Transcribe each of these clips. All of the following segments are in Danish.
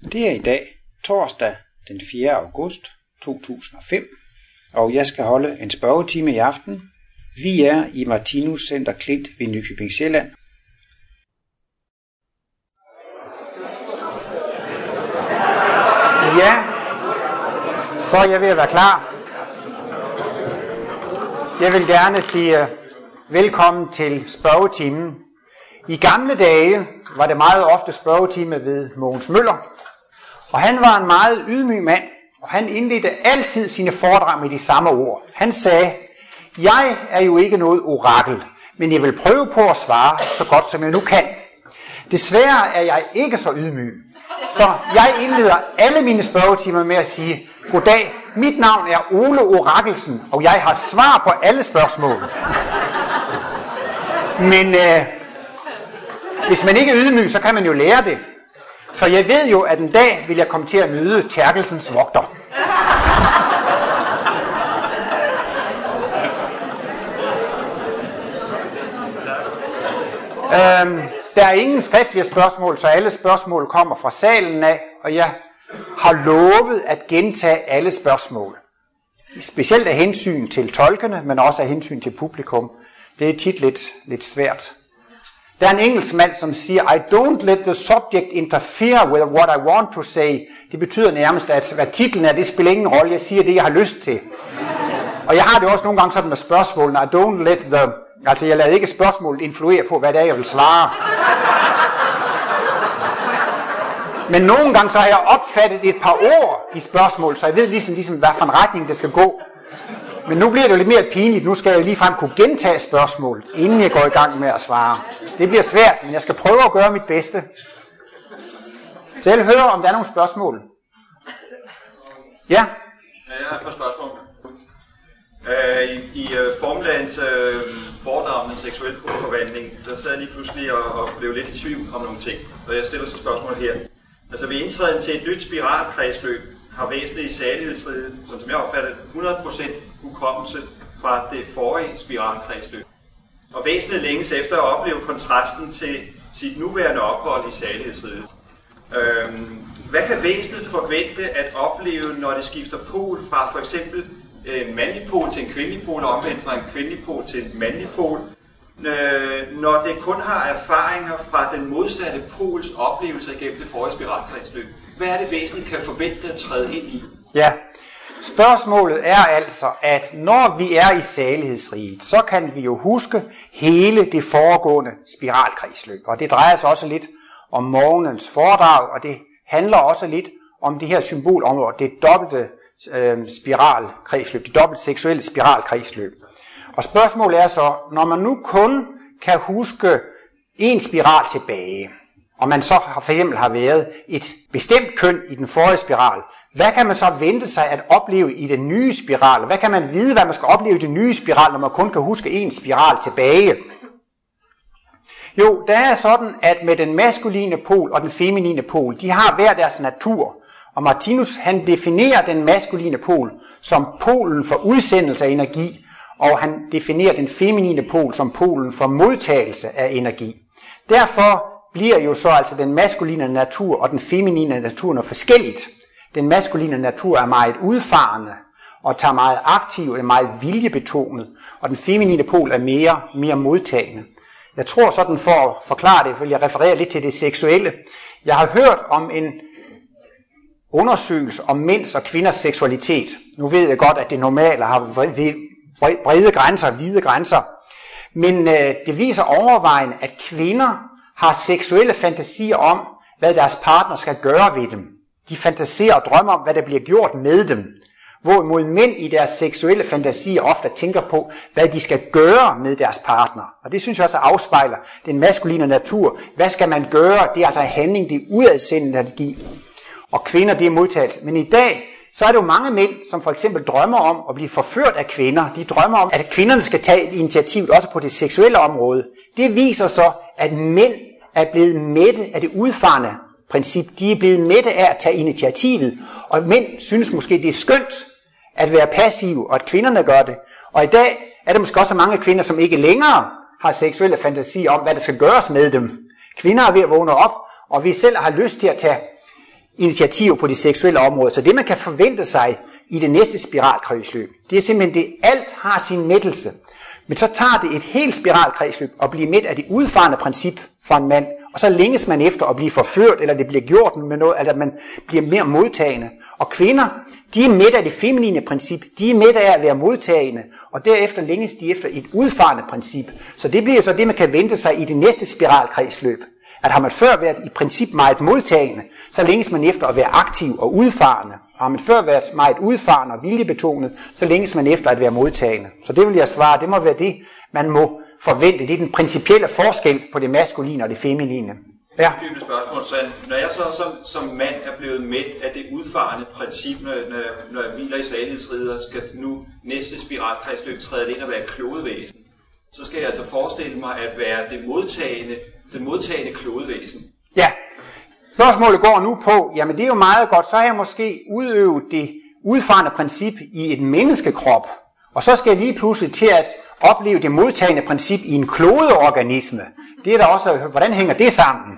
Det er i dag, torsdag den 4. august 2005, og jeg skal holde en spørgetime i aften. Vi er i Martinus Center Klint ved Nykøbing Sjælland. Ja, så er jeg ved at være klar. Jeg vil gerne sige velkommen til spørgetimen. I gamle dage var det meget ofte spørgetime ved Mogens Møller, og han var en meget ydmyg mand, og han indledte altid sine foredrag med de samme ord. Han sagde, jeg er jo ikke noget orakel, men jeg vil prøve på at svare så godt som jeg nu kan. Desværre er jeg ikke så ydmyg, så jeg indleder alle mine spørgetimer med at sige, goddag, mit navn er Ole Orakelsen, og jeg har svar på alle spørgsmål. Men hvis man ikke er ydmyg, så kan man jo lære det. Så jeg ved jo, at en dag vil jeg komme til at møde Terkelsens vogter. Der er ingen skriftlige spørgsmål, så alle spørgsmål kommer fra salen af, og jeg har lovet at gentage alle spørgsmål. Specielt af hensyn til tolkene, men også af hensyn til publikum. Det er tit lidt svært. Der er en engelskmand, som siger, I don't let the subject interfere with what I want to say. Det betyder nærmest, at hvad titlen er, det spiller ingen rolle. Jeg siger det, jeg har lyst til. Og jeg har det også nogle gange sådan med spørgsmålene. I don't let the... Altså, jeg lader ikke spørgsmålet influere på, hvad det er, jeg vil svare. Men nogle gange så har jeg opfattet et par ord i spørgsmål, så jeg ved ligesom hvad for en retning det skal gå. Men nu bliver det jo lidt mere pinligt. Nu skal jeg ligefrem kunne gentage spørgsmålet, inden jeg går i gang med at svare. Det bliver svært, men jeg skal prøve at gøre mit bedste. Så jeg vil høre, om der er nogle spørgsmål. Ja? Jeg har et par spørgsmål. I formiddagens foredrag om en seksuel forvandling, der sad jeg lige pludselig og blev lidt i tvivl om nogle ting. Og jeg stiller så spørgsmål her. Altså ved indtræden til et nyt spiralkredsløb har væsenet i salighedsriget, som jeg opfatter 100% hukommelse fra det forrige spiralkredsløb. Og væsenet længes efter at opleve kontrasten til sit nuværende ophold i salighedsriget. Hvad kan væsenet forvente at opleve, når det skifter pol fra for eksempel en mandlig pol til en kvindelig pol, og omvendt fra en kvindelig pol til en mandlig pol, når det kun har erfaringer fra den modsatte pols oplevelser gennem det forrige spiralkredsløb? Hvad er det væsenet kan forvente at træde ind i? Ja, spørgsmålet er altså, at når vi er i salighedsriget, så kan vi jo huske hele det foregående spiralkredsløb. Og det drejer sig også lidt om morgenens foredrag, og det handler også lidt om det her symbolområde, det dobbelte spiralkredsløb, det dobbelt seksuelle spiralkredsløb. Og spørgsmålet er så, når man nu kun kan huske en spiral tilbage, og man så for eksempel har været et bestemt køn i den forrige spiral, hvad kan man så vente sig at opleve i den nye spiral? Hvad kan man vide, hvad man skal opleve i den nye spiral, når man kun kan huske en spiral tilbage? Jo, der er sådan, at med den maskuline pol og den feminine pol, de har hver deres natur. Og Martinus, han definerer den maskuline pol som polen for udsendelse af energi, og han definerer den feminine pol som polen for modtagelse af energi. Derfor bliver jo så altså den maskuline natur og den feminine natur noget forskelligt. Den maskuline natur er meget udfarende og tager meget aktiv, er meget viljebetonet, og den feminine pol er mere modtagende. Jeg tror sådan for at forklare det, vil jeg referere lidt til det seksuelle. Jeg har hørt om en undersøgelse om mænds og kvinders seksualitet. Nu ved jeg godt, at det normale har brede grænser, hvide grænser. Men det viser overvejende, at kvinder har seksuelle fantasier om, hvad deres partner skal gøre ved dem. De fantaserer og drømmer om, hvad der bliver gjort med dem. Hvorimod mænd i deres seksuelle fantasier ofte tænker på, hvad de skal gøre med deres partner. Og det synes jeg også afspejler den maskuline natur. Hvad skal man gøre? Det er altså en handling, det er udadsendende energi. Og kvinder, det er modtagelse. Men i dag, så er det jo mange mænd, som for eksempel drømmer om at blive forført af kvinder. De drømmer om, at kvinderne skal tage initiativ også på det seksuelle område. Det viser så, at mænd er blevet mætte af det udfarende princip. De er blevet mætte af at tage initiativet. Og mænd synes måske, det er skønt at være passive, og at kvinderne gør det. Og i dag er der måske også mange kvinder, som ikke længere har seksuelle fantasier om, hvad der skal gøres med dem. Kvinder er ved at vågne op, og vi selv har lyst til at tage initiativer på de seksuelle områder. Så det, man kan forvente sig i det næste spiralkredsløb, det er simpelthen det, alt har sin mættelse. Men så tager det et helt spiralkredsløb og bliver midt af det udfarende princip for en mand, og så længes man efter at blive forført, eller det bliver gjort med noget, eller man bliver mere modtagende. Og kvinder, de er midt af det feminine princip, de er midt af at være modtagende, og derefter længes de efter et udfarende princip. Så det bliver så det, man kan vente sig i det næste spiralkredsløb. At har man før været i princip meget modtagende, så længes man efter at være aktiv og udfarende. Og har man før været meget udfarende og viljebetonet, så længes man efter at være modtagende. Så det vil jeg svare, det må være det, man må forvente. Det er den principielle forskel på det maskuline og det feminine. Ja. Dybe spørgsmål, så når jeg så som mand er blevet med af det udfarende princip, når jeg hviler i salighedsrider, skal nu næste spiralkredsløb træde ind og være klodevæsen, så skal jeg altså forestille mig at være den modtagende klodevæsen. Ja. Spørgsmålet går nu på, jamen det er jo meget godt, så har jeg måske udøvet det udfarende princip i et menneskekrop, og så skal jeg lige pludselig til at opleve det modtagende princip i en klodeorganisme. Det er der også, hvordan hænger det sammen?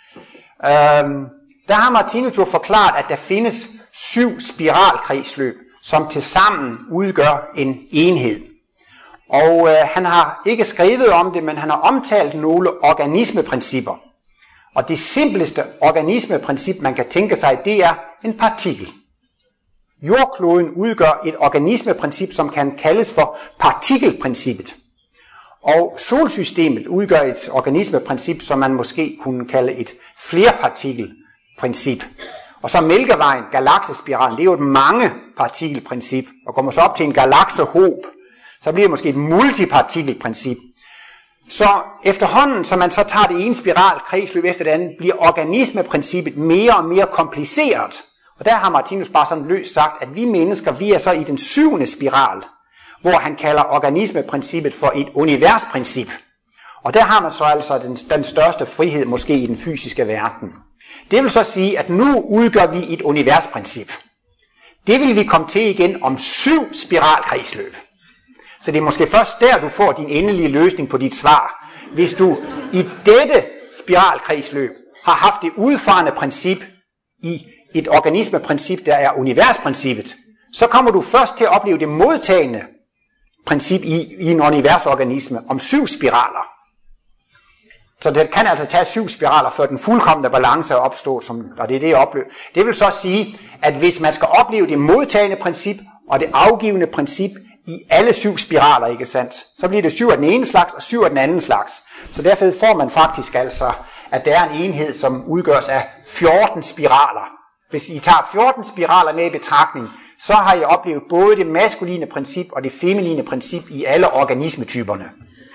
Der har Martinus jo forklaret, at der findes 7 spiralkredsløb, som tilsammen udgør en enhed. Og han har ikke skrevet om det, men han har omtalt nogle organismeprincipper. Og det simpleste organismeprincip, man kan tænke sig, det er en partikel. Jordkloden udgør et organismeprincip, som kan kaldes for partikelprincippet. Og solsystemet udgør et organismeprincip, som man måske kunne kalde et flerpartikelprincip. Og så Mælkevejen, galaksespiralen, det er jo et mangepartikelprincip. Og kommer så op til en galaksehob, så bliver det måske et multipartikelprincip. Så efterhånden, som man så tager det ene spiralkredsløb efter det andet, bliver organismeprincippet mere og mere kompliceret. Og der har Martinus bare sådan løst sagt, at vi mennesker, vi er så i den 7. spiral, hvor han kalder organismeprincippet for et universprincip. Og der har man så altså den største frihed måske i den fysiske verden. Det vil så sige, at nu udgør vi et universprincip. Det vil vi komme til igen om 7 spiralkredsløb. Så det er måske først der, du får din endelige løsning på dit svar. Hvis du i dette spiralkredsløb har haft det udfarende princip i et organismeprincip, der er universprincippet, så kommer du først til at opleve det modtagende princip i en universorganisme om 7 spiraler. Så det kan altså tage 7 spiraler, før den fuldkomne balance er opstået, og det er det, jeg oplever. Det vil så sige, at hvis man skal opleve det modtagende princip og det afgivende princip i alle 7 spiraler, ikke sandt, så bliver det 7 af den ene slags og 7 af den anden slags. Så derfor får man faktisk altså, at der er en enhed, som udgøres af 14 spiraler. Hvis I tager 14 spiraler med i betragtning, så har I oplevet både det maskuline princip og det feminine princip i alle organismetyperne.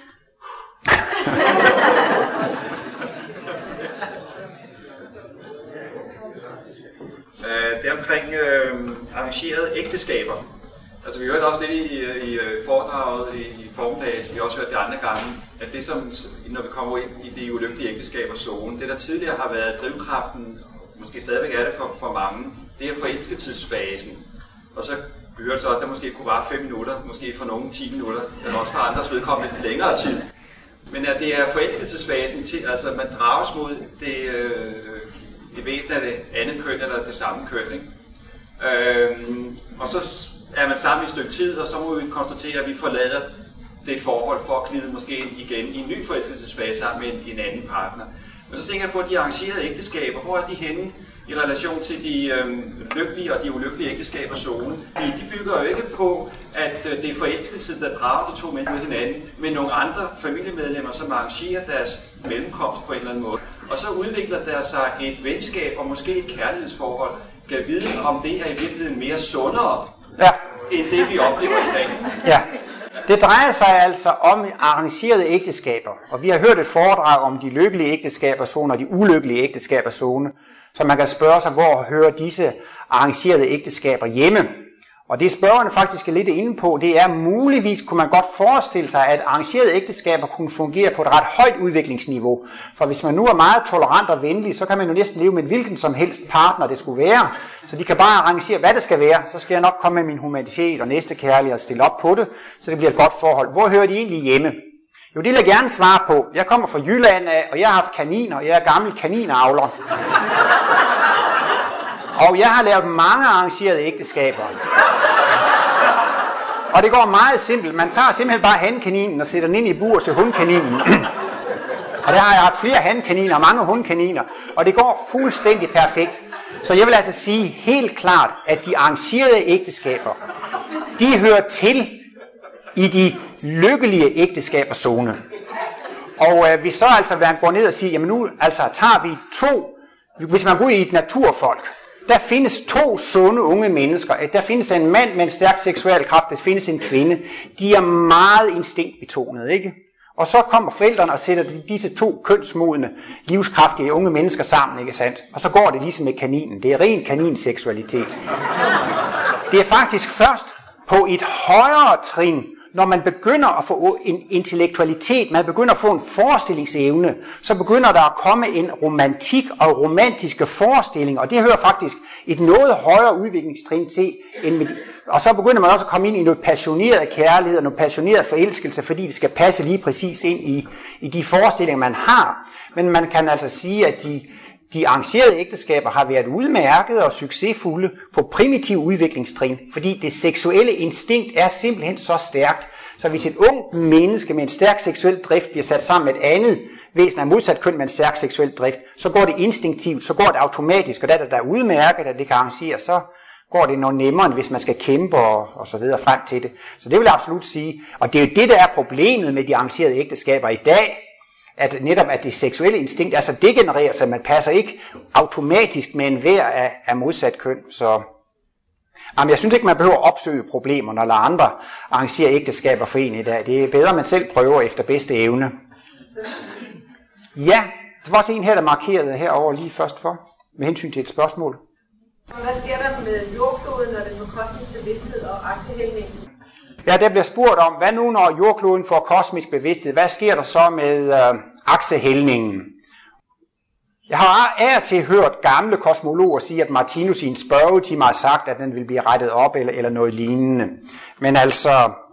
Det er omkring arrangerede ægteskaber. Altså vi hørte også lidt i foredraget i formiddags, vi har også hørt det andre gange, at det som, når vi kommer ind i de ulykkelige ægteskabers zone, det der tidligere har været drivkraften, måske stadigvæk er det for mange, det er forelskelsesfasen. Og så vi hørte så, at der måske kunne vare 5 minutter, måske for nogle 10 minutter, eller også for andres vedkommende længere tid. Men at det er forelskelsesfasen til, altså man drages mod det væsen af det andet køn eller det samme køn, ikke? Og så er man sammen i et stykke tid, og så må vi konstatere, at vi forlader det forhold for at glide måske igen i en ny forelskelsesfase sammen med en anden partner. Men så tænker jeg på, at de arrangerede ægteskaber, hvor er de henne i relation til de lykkelige og de ulykkelige ægteskabers zone? De bygger jo ikke på, at det er forelskelse, der drager de to mænd med hinanden, men nogle andre familiemedlemmer, som arrangerer deres mellemkomst på en eller anden måde. Og så udvikler der sig et venskab og måske et kærlighedsforhold. Kan vide, om det er i virkeligheden mere sundere, end det vi oplever i dag. Ja. Det drejer sig altså om arrangerede ægteskaber, og vi har hørt et foredrag om de lykkelige ægteskabers zone og de ulykkelige ægteskabers zone, så man kan spørge sig, hvor hører disse arrangerede ægteskaber hjemme. Og det spørgerne faktisk er lidt inde på, det er muligvis, kunne man godt forestille sig, at arrangerede ægteskaber kunne fungere på et ret højt udviklingsniveau. For hvis man nu er meget tolerant og venlig, så kan man jo næsten leve med hvilken som helst partner det skulle være. Så de kan bare arrangere, hvad det skal være. Så skal jeg nok komme med min humanitet og næstekærlighed og stille op på det, så det bliver et godt forhold. Hvor hører de egentlig hjemme? Jo, det vil jeg gerne svare på. Jeg kommer fra Jylland af, og jeg har haft kaniner, og jeg er gammel kaninavler. Og jeg har lavet mange arrangerede ægteskaber. Og det går meget simpelt. Man tager simpelthen bare hankaninen og sætter den ind i bur til hundkaninen. Og der har jeg haft flere hankaniner og mange hundkaniner. Og det går fuldstændig perfekt. Så jeg vil altså sige helt klart, at de arrangerede ægteskaber, de hører til i de lykkelige ægteskabers zone. Og hvis så altså går ned og siger, jamen nu altså tager vi hvis man går ud i et naturfolk, der findes 2 sunde unge mennesker. Der findes en mand med en stærk seksuel kraft, der findes en kvinde. De er meget instinktbetonede, ikke? Og så kommer forældrene og sætter disse 2 kønsmodne, livskraftige unge mennesker sammen, ikke sandt? Og så går det ligesom med kaninen. Det er ren kaninseksualitet. Det er faktisk først på et højere trin, når man begynder at få en intellektualitet, man begynder at få en forestillingsevne, så begynder der at komme en romantik og romantiske forestillinger, og det hører faktisk et noget højere udviklingstrin til, og så begynder man også at komme ind i noget passioneret kærlighed og noget passioneret forelskelse, fordi det skal passe lige præcis ind i de forestillinger, man har. Men man kan altså sige, at de arrangerede ægteskaber har været udmærkede og succesfulde på primitiv udviklingstrin, fordi det seksuelle instinkt er simpelthen så stærkt, så hvis et ungt menneske med en stærk seksuel drift bliver sat sammen med et andet væsen af modsat køn med en stærk seksuel drift, så går det instinktivt, så går det automatisk, og da der er udmærket, at det kan arrangeres, så går det noget nemmere, end hvis man skal kæmpe og så videre frem til det. Så det vil jeg absolut sige, og det er jo det, der er problemet med de arrangerede ægteskaber i dag, at netop at det seksuelle instinkt er så degenereret, så man passer ikke automatisk med enhver af modsat køn. Så jeg synes ikke, man behøver at opsøge problemer, når andre arrangerer ægteskaber for en i dag. Det er bedre, at man selv prøver efter bedste evne. Ja, der var også en her, der markerede herover lige først for, med hensyn til et spørgsmål. Hvad sker der med jordkloden, når den får kosmisk bevidsthed og aksehældningen? Ja, der bliver spurgt om, hvad nu når jordkloden får kosmisk bevidsthed? Hvad sker der så med aksehældningen? Jeg har af og til hørt gamle kosmologer sige, at Martinus i en spørgetime har sagt, at den vil blive rettet op eller noget lignende. Men altså,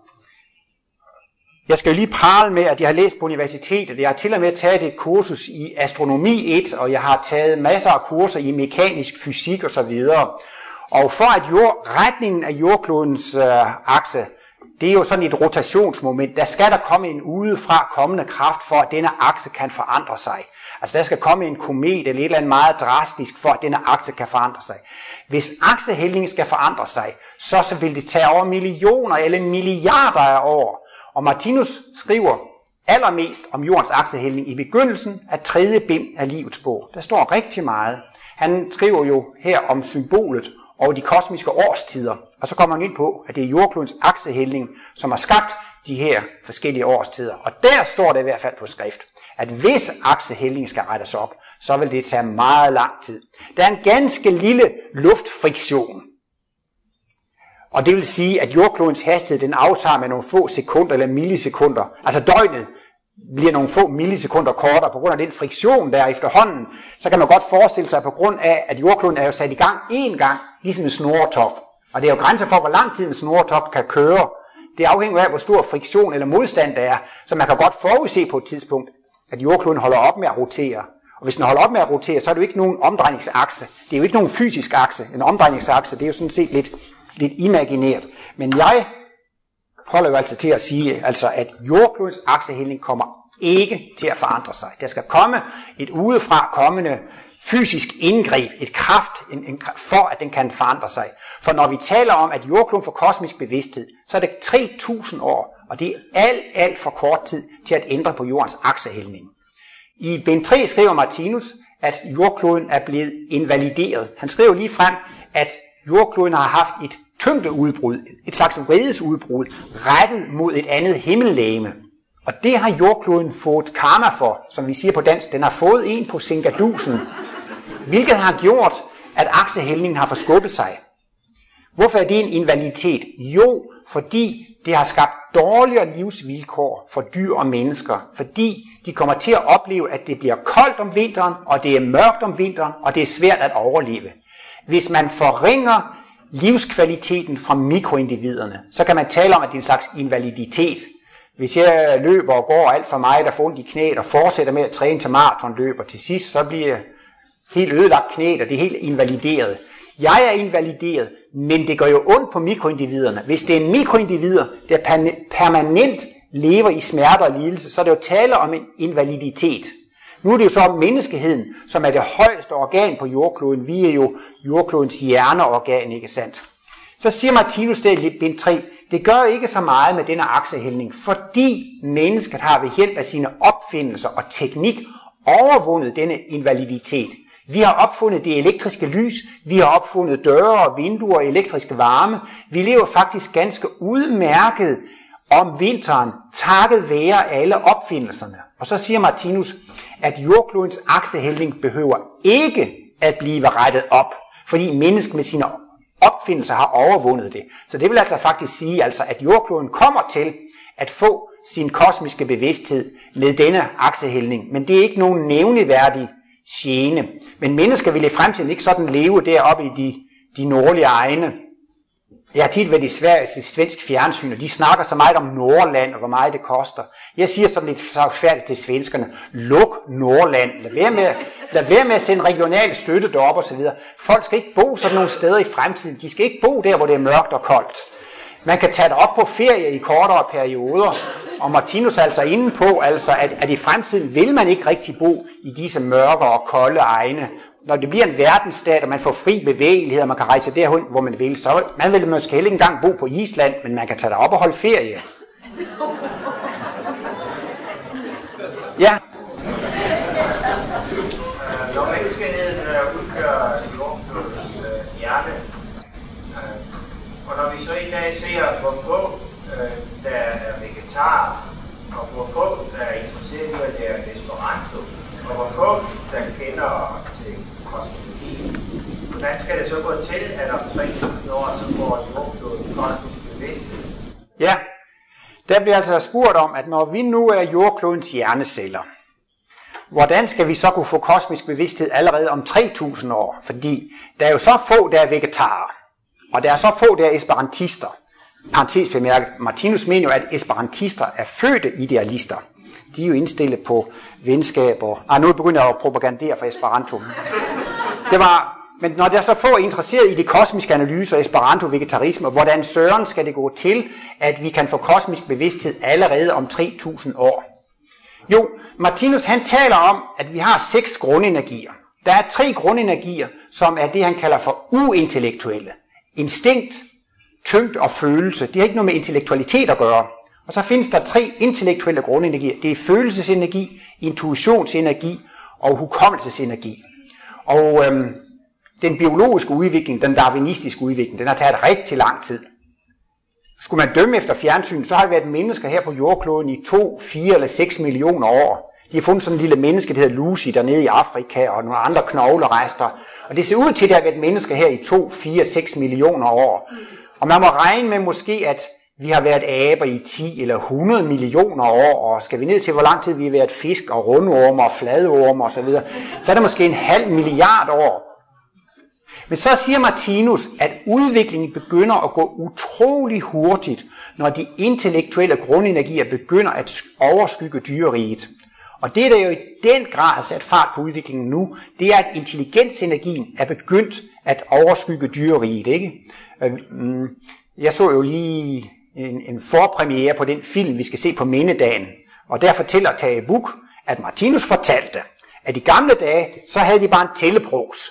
jeg skal jo lige prale med, at jeg har læst på universitetet. Jeg har til og med taget et kursus i astronomi 1, og jeg har taget masser af kurser i mekanisk fysik osv. Og for at retningen af jordklodens akse, det er jo sådan et rotationsmoment. Der skal der komme en udefra kommende kraft, for at denne akse kan forandre sig. Altså der skal komme en komet eller et eller andet meget drastisk, for at denne akse kan forandre sig. Hvis aksehældningen skal forandre sig, så vil det tage over millioner eller milliarder af år. Og Martinus skriver allermest om jordens aksehældning i begyndelsen af 3. bind af livets bog. Der står rigtig meget. Han skriver jo her om symbolet og de kosmiske årstider. Og så kommer han ind på, at det er jordklodens aksehældning, som har skabt de her forskellige årstider. Og der står det i hvert fald på skrift, at hvis aksehældningen skal rettes op, så vil det tage meget lang tid. Der er en ganske lille luftfriktion. Og det vil sige, at jordklodens hastighed, den aftager med nogle få sekunder eller millisekunder. Altså døgnet bliver nogle få millisekunder kortere på grund af den friktion, der er efterhånden. Så kan man godt forestille sig, på grund af, at jordkloden er jo sat i gang én gang, ligesom en snoretop. Og det er jo grænser for, hvor lang tid en snoretop kan køre. Det afhænger af, hvor stor friktion eller modstand der er. Så man kan godt forudse på et tidspunkt, at jordkloden holder op med at rotere. Og hvis den holder op med at rotere, så er det jo ikke nogen omdrejningsakse. Det er jo ikke nogen fysisk akse. En omdrejningsakse, det er jo sådan set lidt imaginært. Men jeg holder jo altså til at sige, altså, at jordklodens aksehældning kommer ikke til at forandre sig. Der skal komme et udefra kommende fysisk indgreb, et kraft, for at den kan forandre sig. For når vi taler om, at jordkloden får kosmisk bevidsthed, så er det 3.000 år, og det er alt for kort tid til at ændre på jordens aksehældning. I bind 3 skriver Martinus, at jordkloden er blevet invalideret. Han skriver lige frem, at jordkloden har haft et tyngdeudbrud, et slags vredesudbrud, rettet mod et andet himmellegeme. Og det har jordkloden fået karma for, som vi siger på dansk. Den har fået en på singadusen, hvilket har gjort, at aksehældningen har forskubbet sig. Hvorfor er det en invaliditet? Jo, fordi det har skabt dårligere livsvilkår for dyr og mennesker, fordi de kommer til at opleve, at det bliver koldt om vinteren, og det er mørkt om vinteren, og det er svært at overleve. Hvis man forringer livskvaliteten fra mikroindividerne, så kan man tale om, at det er en slags invaliditet. Hvis jeg løber og går alt for meget, der får ondt i knæet og fortsætter med at træne til maratonløb, og til sidst så bliver helt ødelagt knæet, og det er helt invalideret. Jeg er invalideret, men det gør jo ondt på mikroindividerne. Hvis det er en mikroindivider, der permanent lever i smerte og lidelse, så er det jo tale om en invaliditet. Nu er det jo så om menneskeheden, som er det højeste organ på jordkloden. Vi er jo jordklodens hjerneorgan, ikke sandt? Så siger Martinus der i bind 3, det gør ikke så meget med denne aksehældning, fordi mennesket har ved hjælp af sine opfindelser og teknik overvundet denne invaliditet. Vi har opfundet det elektriske lys, vi har opfundet døre og vinduer og elektriske varme. Vi lever faktisk ganske udmærket om vinteren, takket være alle opfindelserne. Og så siger Martinus, at jordklodens aksehældning behøver ikke at blive rettet op, fordi mennesket med sine opfindelser har overvundet det. Så det vil altså faktisk sige, at jordkloden kommer til at få sin kosmiske bevidsthed med denne aksehældning. Men det er ikke nogen nævneværdig gene. Men mennesker vil i fremtiden ikke sådan leve deroppe i de nordlige egne. Jeg har tit været i Sverige til svensk fjernsyn, og de snakker så meget om Nordland, og hvor meget det koster. Jeg siger sådan lidt færdigt til svenskerne, luk Nordland, lad være med at sende regional støtte derop og så videre. Folk skal ikke bo sådan nogle steder i fremtiden, de skal ikke bo der, hvor det er mørkt og koldt. Man kan tage det op på ferie i kortere perioder, og Martinus er altså inde på, at i fremtiden vil man ikke rigtig bo i disse mørke og kolde egne. Når det bliver en verdensstat, og man får fri bevægelighed, og man kan rejse derhen, hvor man vil, så man vil måske heller ikke engang bo på Island, men man kan tage derop og holde ferie. Ja. Når menneskeheden udgør jordklodens hjerne, og når vi så i dag ser, hvor få der er vegetarer, og hvor få der er interesseret i at lære Esperanto, og hvor få der kender til kosmologi, hvordan skal det så gå til, at om 3.000 år så får jordkloden kosmisk bevidsthed? Ja, der bliver altså spurgt om, at når vi nu er jordklodens hjerneceller, hvordan skal vi så kunne få kosmisk bevidsthed allerede om 3.000 år? Fordi der er jo så få, der er vegetarer, og der er så få, der er esperantister. Parentes bemærket, Martinus mener jo, at esperantister er fødte idealister. De er jo indstillet på venskab og... nu begynder jeg at propagandere for Esperanto. Men når der er så få interesseret i de kosmiske analyser, Esperanto, vegetarisme, hvordan søren skal det gå til, at vi kan få kosmisk bevidsthed allerede om 3.000 år? Jo, Martinus han taler om, at vi har 6 grundenergier. Der er 3 grundenergier, som er det, han kalder for uintellektuelle. Instinkt, tyngde og følelse. Det har ikke noget med intellektualitet at gøre. Og så findes der 3 intellektuelle grundenergier. Det er følelsesenergi, intuitionsenergi og hukommelsesenergi. Og den biologiske udvikling, den darwinistiske udvikling, den har taget rigtig lang tid. Skulle man dømme efter fjernsyn, så har der været mennesker her på jordkloden i 2, 4 eller 6 millioner år. De har fundet sådan en lille menneske, der hedder Lucy, dernede i Afrika, og nogle andre knoglerester. Og det ser ud til, at der har været mennesker her i 2, 4, 6 millioner år. Og man må regne med måske, at vi har været aber i 10 eller 100 millioner år, og skal vi ned til, hvor lang tid vi har været fisk og rundormer og fladormer osv., så er der måske 0,5 milliard år. Men så siger Martinus, at udviklingen begynder at gå utrolig hurtigt, når de intellektuelle grundenergier begynder at overskygge dyreriget. Og det, der jo i den grad har sat fart på udviklingen nu, det er, at intelligensenergien er begyndt at overskygge dyreriget, ikke? Jeg så jo lige en forpremiere på den film, vi skal se på mindedagen, og der fortæller Tage Buch, at Martinus fortalte, at i gamle dage, så havde de bare en tælleprogs,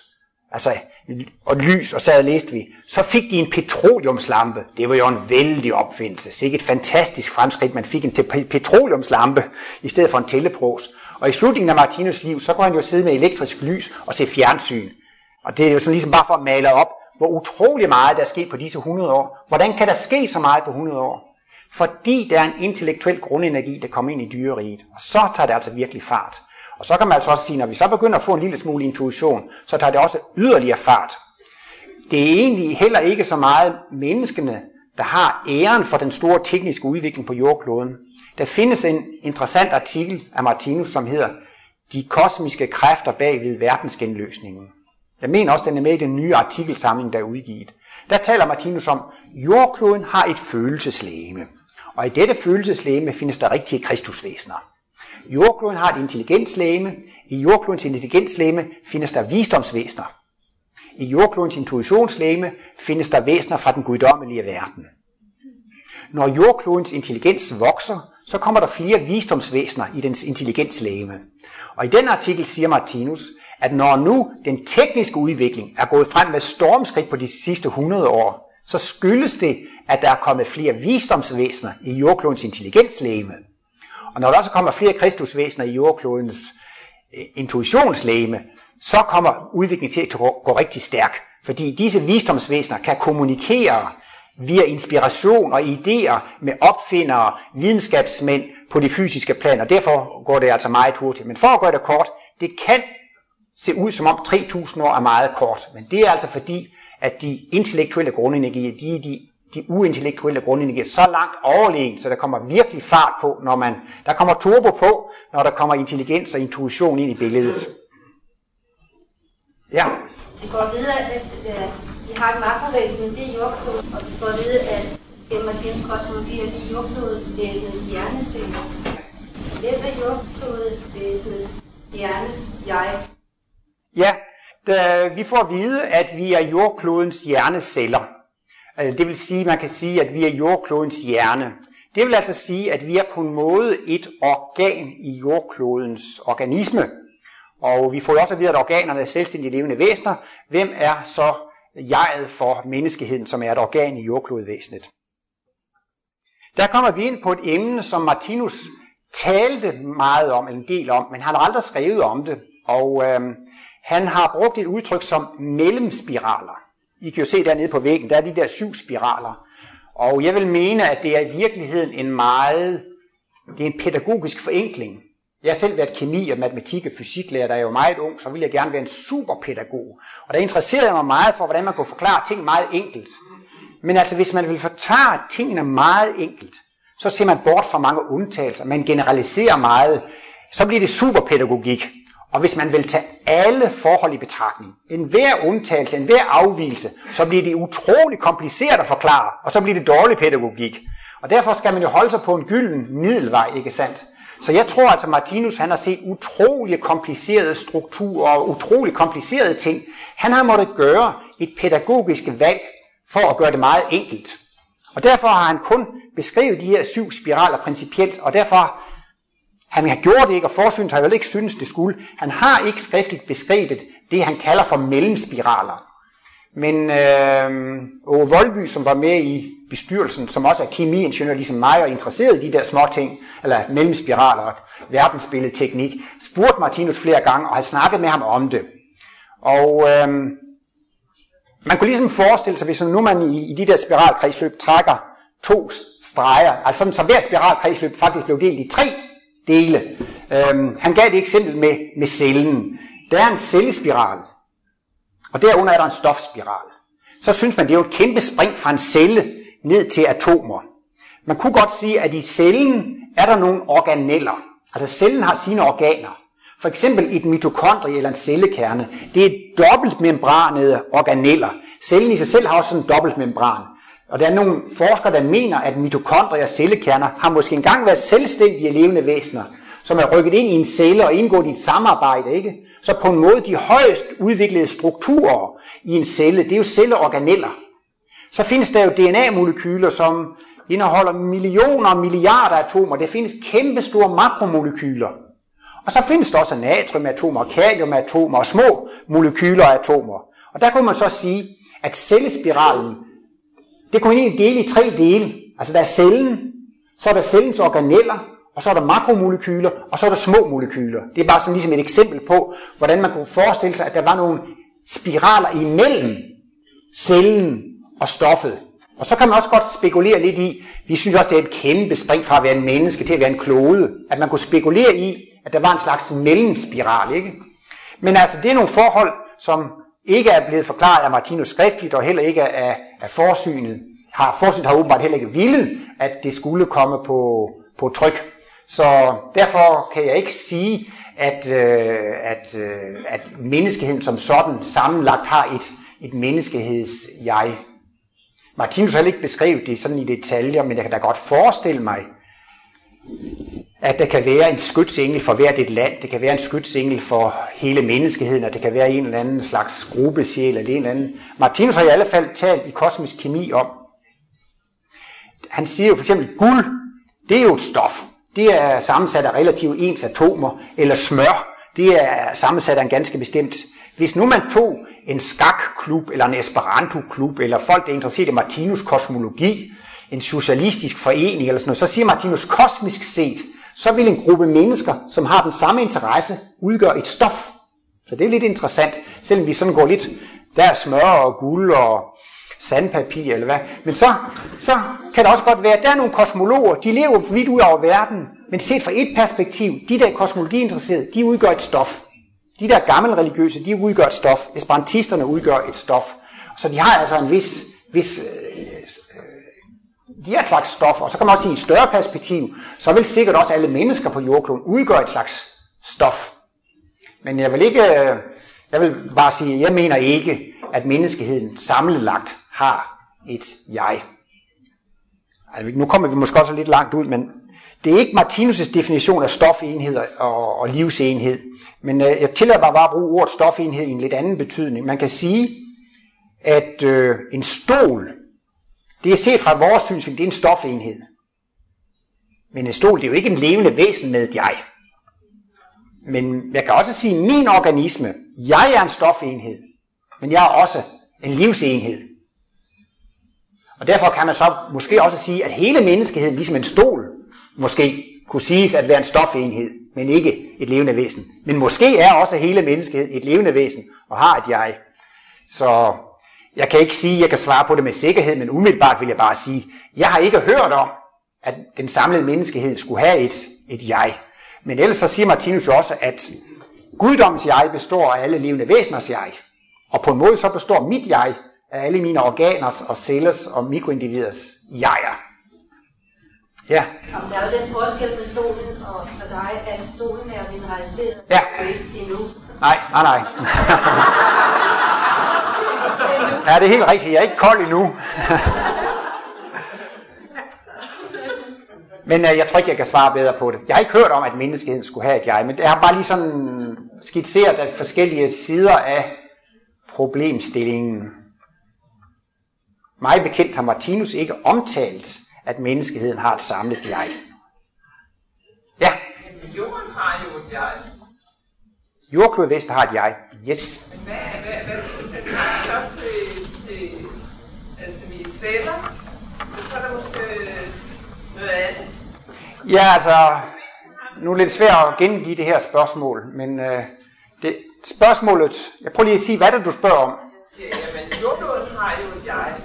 og lys, og så læste vi. Så fik de en petroleumslampe. Det var jo en vældig opfindelse. Sikkert et fantastisk fremskridt. Man fik en petroleumslampe i stedet for en tælleprogs. Og i slutningen af Martinus' liv, så kunne han jo sidde med elektrisk lys og se fjernsyn. Og det er jo sådan ligesom bare for at male op, hvor utrolig meget der er sket på disse 100 år. Hvordan kan der ske så meget på 100 år? Fordi der er en intellektuel grundenergi, der kommer ind i dyreriget. Og så tager det altså virkelig fart. Og så kan man altså også sige, når vi så begynder at få en lille smule intuition, så tager det også yderligere fart. Det er egentlig heller ikke så meget menneskene, der har æren for den store tekniske udvikling på jordkloden. Der findes en interessant artikel af Martinus, som hedder De kosmiske kræfter bag ved verdensgenløsningen. Jeg mener også, den er med i den nye artikelsamling, der er udgivet. Der taler Martinus om, at jordkloden har et følelseslegeme. Og i dette følelseslegeme findes der rigtige kristusvæsener. Jordkloden har et intelligenslegeme. I jordklodens intelligenslegeme findes der visdomsvæsener. I jordklodens intuitionslegeme findes der væsener fra den guddommelige verden. Når jordklodens intelligens vokser, så kommer der flere visdomsvæsener i dens intelligenslegeme. Og i den artikel siger Martinus, at når nu den tekniske udvikling er gået frem med stormskridt på de sidste 100 år, så skyldes det, at der er kommet flere visdomsvæsener i jordklodens intelligenslegeme. Og når der også kommer flere kristusvæsener i jordklodens intuitionslegeme, så kommer udviklingen til at gå rigtig stærk. Fordi disse visdomsvæsener kan kommunikere via inspiration og idéer med opfindere, videnskabsmænd på de fysiske planer. Derfor går det altså meget hurtigt. Men for at gøre det kort, det kan se ud som om 3.000 år er meget kort. Men det er altså fordi, at de intellektuelle grundenergier, de uintellektuelle grundenergier, så langt overlegen, så der kommer virkelig fart på, der kommer turbo på, når der kommer intelligens og intuition ind i billedet. Ja. Vi får videre, at vi har et makrovæsen, det er jordkloden, og vi får videre, at gennem Martinus kosmologi er det jordklodvæsenets hjerneceller. Hvem er jordklodvæsenets hjernes jeg? Ja, vi får at vide, at vi er jordklodens hjerneceller. Det vil sige, man kan sige, at vi er jordklodens hjerne. Det vil altså sige, at vi er på en måde et organ i jordklodens organisme. Og vi får jo også at vide, at organerne er selvstændige levende væsener. Hvem er så jeget for menneskeheden, som er et organ i jordklodvæsenet? Der kommer vi ind på et emne, som Martinus talte meget om, eller en del om, men han har aldrig skrevet om det. Og han har brugt et udtryk som mellemspiraler. I kan jo se dernede på væggen, der er de der 7 spiraler. Og jeg vil mene, at det er i virkeligheden det er en pædagogisk forenkling. Jeg har selv været kemi- og matematik- og fysiklærer, da jeg var meget ung, så ville jeg gerne være en superpædagog. Og der interesserede jeg mig meget for, hvordan man kunne forklare ting meget enkelt. Men altså, hvis man vil forklare tingene meget enkelt, så ser man bort fra mange undtagelser, man generaliserer meget, så bliver det superpædagogik. Og hvis man vil tage alle forhold i betragtning, enhver undtagelse, enhver afvigelse, så bliver det utrolig kompliceret at forklare, og så bliver det dårlig pædagogik. Og derfor skal man jo holde sig på en gylden middelvej, ikke sandt? Så jeg tror altså, Martinus han har set utrolig komplicerede strukturer og utrolig komplicerede ting. Han har måttet gøre et pædagogisk valg for at gøre det meget enkelt. Og derfor har han kun beskrevet de her 7 spiraler principielt, og derfor han har gjort det ikke, og forsynet har jo ikke synes det skulle. Han har ikke skriftligt beskrevet det, han kalder for mellemspiraler. Men Åge Voldby, som var med i bestyrelsen, som også er kemiingeniør, ligesom mig, og interesseret i de der små ting, eller mellemspiraler og verdensbilledteknik, spurgte Martinus flere gange, og havde snakket med ham om det. Og man kunne ligesom forestille sig, hvis nu man i de der spiralkredsløb trækker 2 streger, altså sådan, så hver spiralkredsløb faktisk blev delt i 3 dele. Han gav et eksempel med cellen. Der er en cellespiral, og derunder er der en stofspiral. Så synes man, det er jo et kæmpe spring fra en celle ned til atomer. Man kunne godt sige, at i cellen er der nogle organeller. Altså cellen har sine organer. For eksempel et mitokondrie eller en cellekerne. Det er dobbeltmembranede organeller. Cellen i sig selv har også sådan en dobbeltmembran. Og der er nogle forskere, der mener, at mitokondrier og cellekerner har måske engang været selvstændige levende væsener, som er rykket ind i en celle og indgået i et samarbejde, ikke? Så på en måde de højst udviklede strukturer i en celle, det er jo celleorganeller. Så findes der jo DNA-molekyler, som indeholder millioner og milliarder atomer. Der findes kæmpe store makromolekyler. Og så findes der også natriumatomer, kaliumatomer og små molekyler af atomer. Og der kunne man så sige, at cellespiralen, det kunne egentlig dele i 3 dele. Altså der er cellen, så er der cellens organeller, og så er der makromolekyler, og så er der små molekyler. Det er bare sådan ligesom et eksempel på, hvordan man kunne forestille sig, at der var nogle spiraler imellem cellen og stoffet. Og så kan man også godt spekulere lidt i, vi synes også, det er et kæmpe spring fra at være en menneske til at være en klode, at man kunne spekulere i, at der var en slags mellemspiral, ikke? Men altså, det er nogle forhold, som ikke er blevet forklaret af Martinus skriftligt, og heller ikke af forsynet. Forsynet har åbenbart heller ikke villet, at det skulle komme på tryk. Så derfor kan jeg ikke sige, at menneskeheden som sådan sammenlagt har et menneskeheds-jeg. Martinus har heller ikke beskrevet det sådan i detaljer, men jeg kan da godt forestille mig, at der kan være en skytsengel for hvert et land, det kan være en skytsengel for hele menneskeheden, og det kan være en eller anden slags gruppesjæl eller en eller anden. Martinus har i alle fald talt i kosmisk kemi om. Han siger jo for eksempel, guld, det er jo et stof. Det er sammensat af relativt ens atomer, eller smør, det er sammensat af en ganske bestemt. Hvis nu man tog en skakklub, eller en esperanto-klub, eller folk, der er interesseret i Martinus kosmologi, en socialistisk forening eller sådan noget, så siger Martinus kosmisk set, så vil en gruppe mennesker, som har den samme interesse, udgøre et stof. Så det er lidt interessant, selvom vi sådan går lidt, der er smør og guld og sandpapir eller hvad. Men så kan det også godt være, at der er nogle kosmologer, de lever vidt ud over verden, men set fra et perspektiv, de der kosmologiinteresserede, de udgør et stof. De der gammelreligiøse, de udgør et stof. Esperantisterne udgør et stof. Så de har altså en vis de er et slags stof, og så kan man også sige i et større perspektiv, så vil sikkert også alle mennesker på jordkloden udgøre et slags stof. Men jeg vil bare sige, at jeg mener ikke, at menneskeheden sammenlagt har et jeg. Altså, nu kommer vi måske også lidt langt ud, men det er ikke Martinus' definition af stofenhed og livsenhed. Men jeg tillader mig bare at bruge ordet stofenhed i en lidt anden betydning. Man kan sige, at en stol, det er set fra vores synsvinkel, det er en stofenhed. Men en stol, det er jo ikke en levende væsen med et jeg. Men jeg kan også sige, at min organisme, jeg er en stofenhed, men jeg er også en livsenhed. Og derfor kan man så måske også sige, at hele menneskeheden, ligesom en stol, måske kunne siges at være en stofenhed, men ikke et levende væsen. Men måske er også hele menneskeheden et levende væsen og har et jeg. Så jeg kan ikke sige, at jeg kan svare på det med sikkerhed, men umiddelbart vil jeg bare sige, jeg har ikke hørt om, at den samlede menneskehed skulle have et jeg. Men ellers så siger Martinus jo også, at guddommens jeg består af alle levende væseners jeg. Og på en måde så består mit jeg af alle mine organers og cellers og mikroindividers jeger. Ja. Der er jo den forskel på stolen og dig, at stolen er mineraliseret og ikke endnu. Nej. Ja, det er helt rigtigt. Jeg er ikke kold endnu. Men jeg tror ikke, jeg kan svare bedre på det. Jeg har ikke hørt om, at menneskeheden skulle have et jeg, men jeg har bare lige sådan skitseret af forskellige sider af problemstillingen. Mig bekendt har Martinus ikke omtalt, at menneskeheden har et samlet jeg. Ja? Men jorden har jo et jeg. Jordklodvesten har et jeg. Yes. Men hvad tilfælder så til altså vi er celler, så er der måske noget andet? Ja, altså, nu er det lidt svært at gengive det her spørgsmål, men spørgsmålet, jeg prøver lige at sige, hvad er det, du spørger om? Jeg siger, jamen jordkloden har jo et jeg.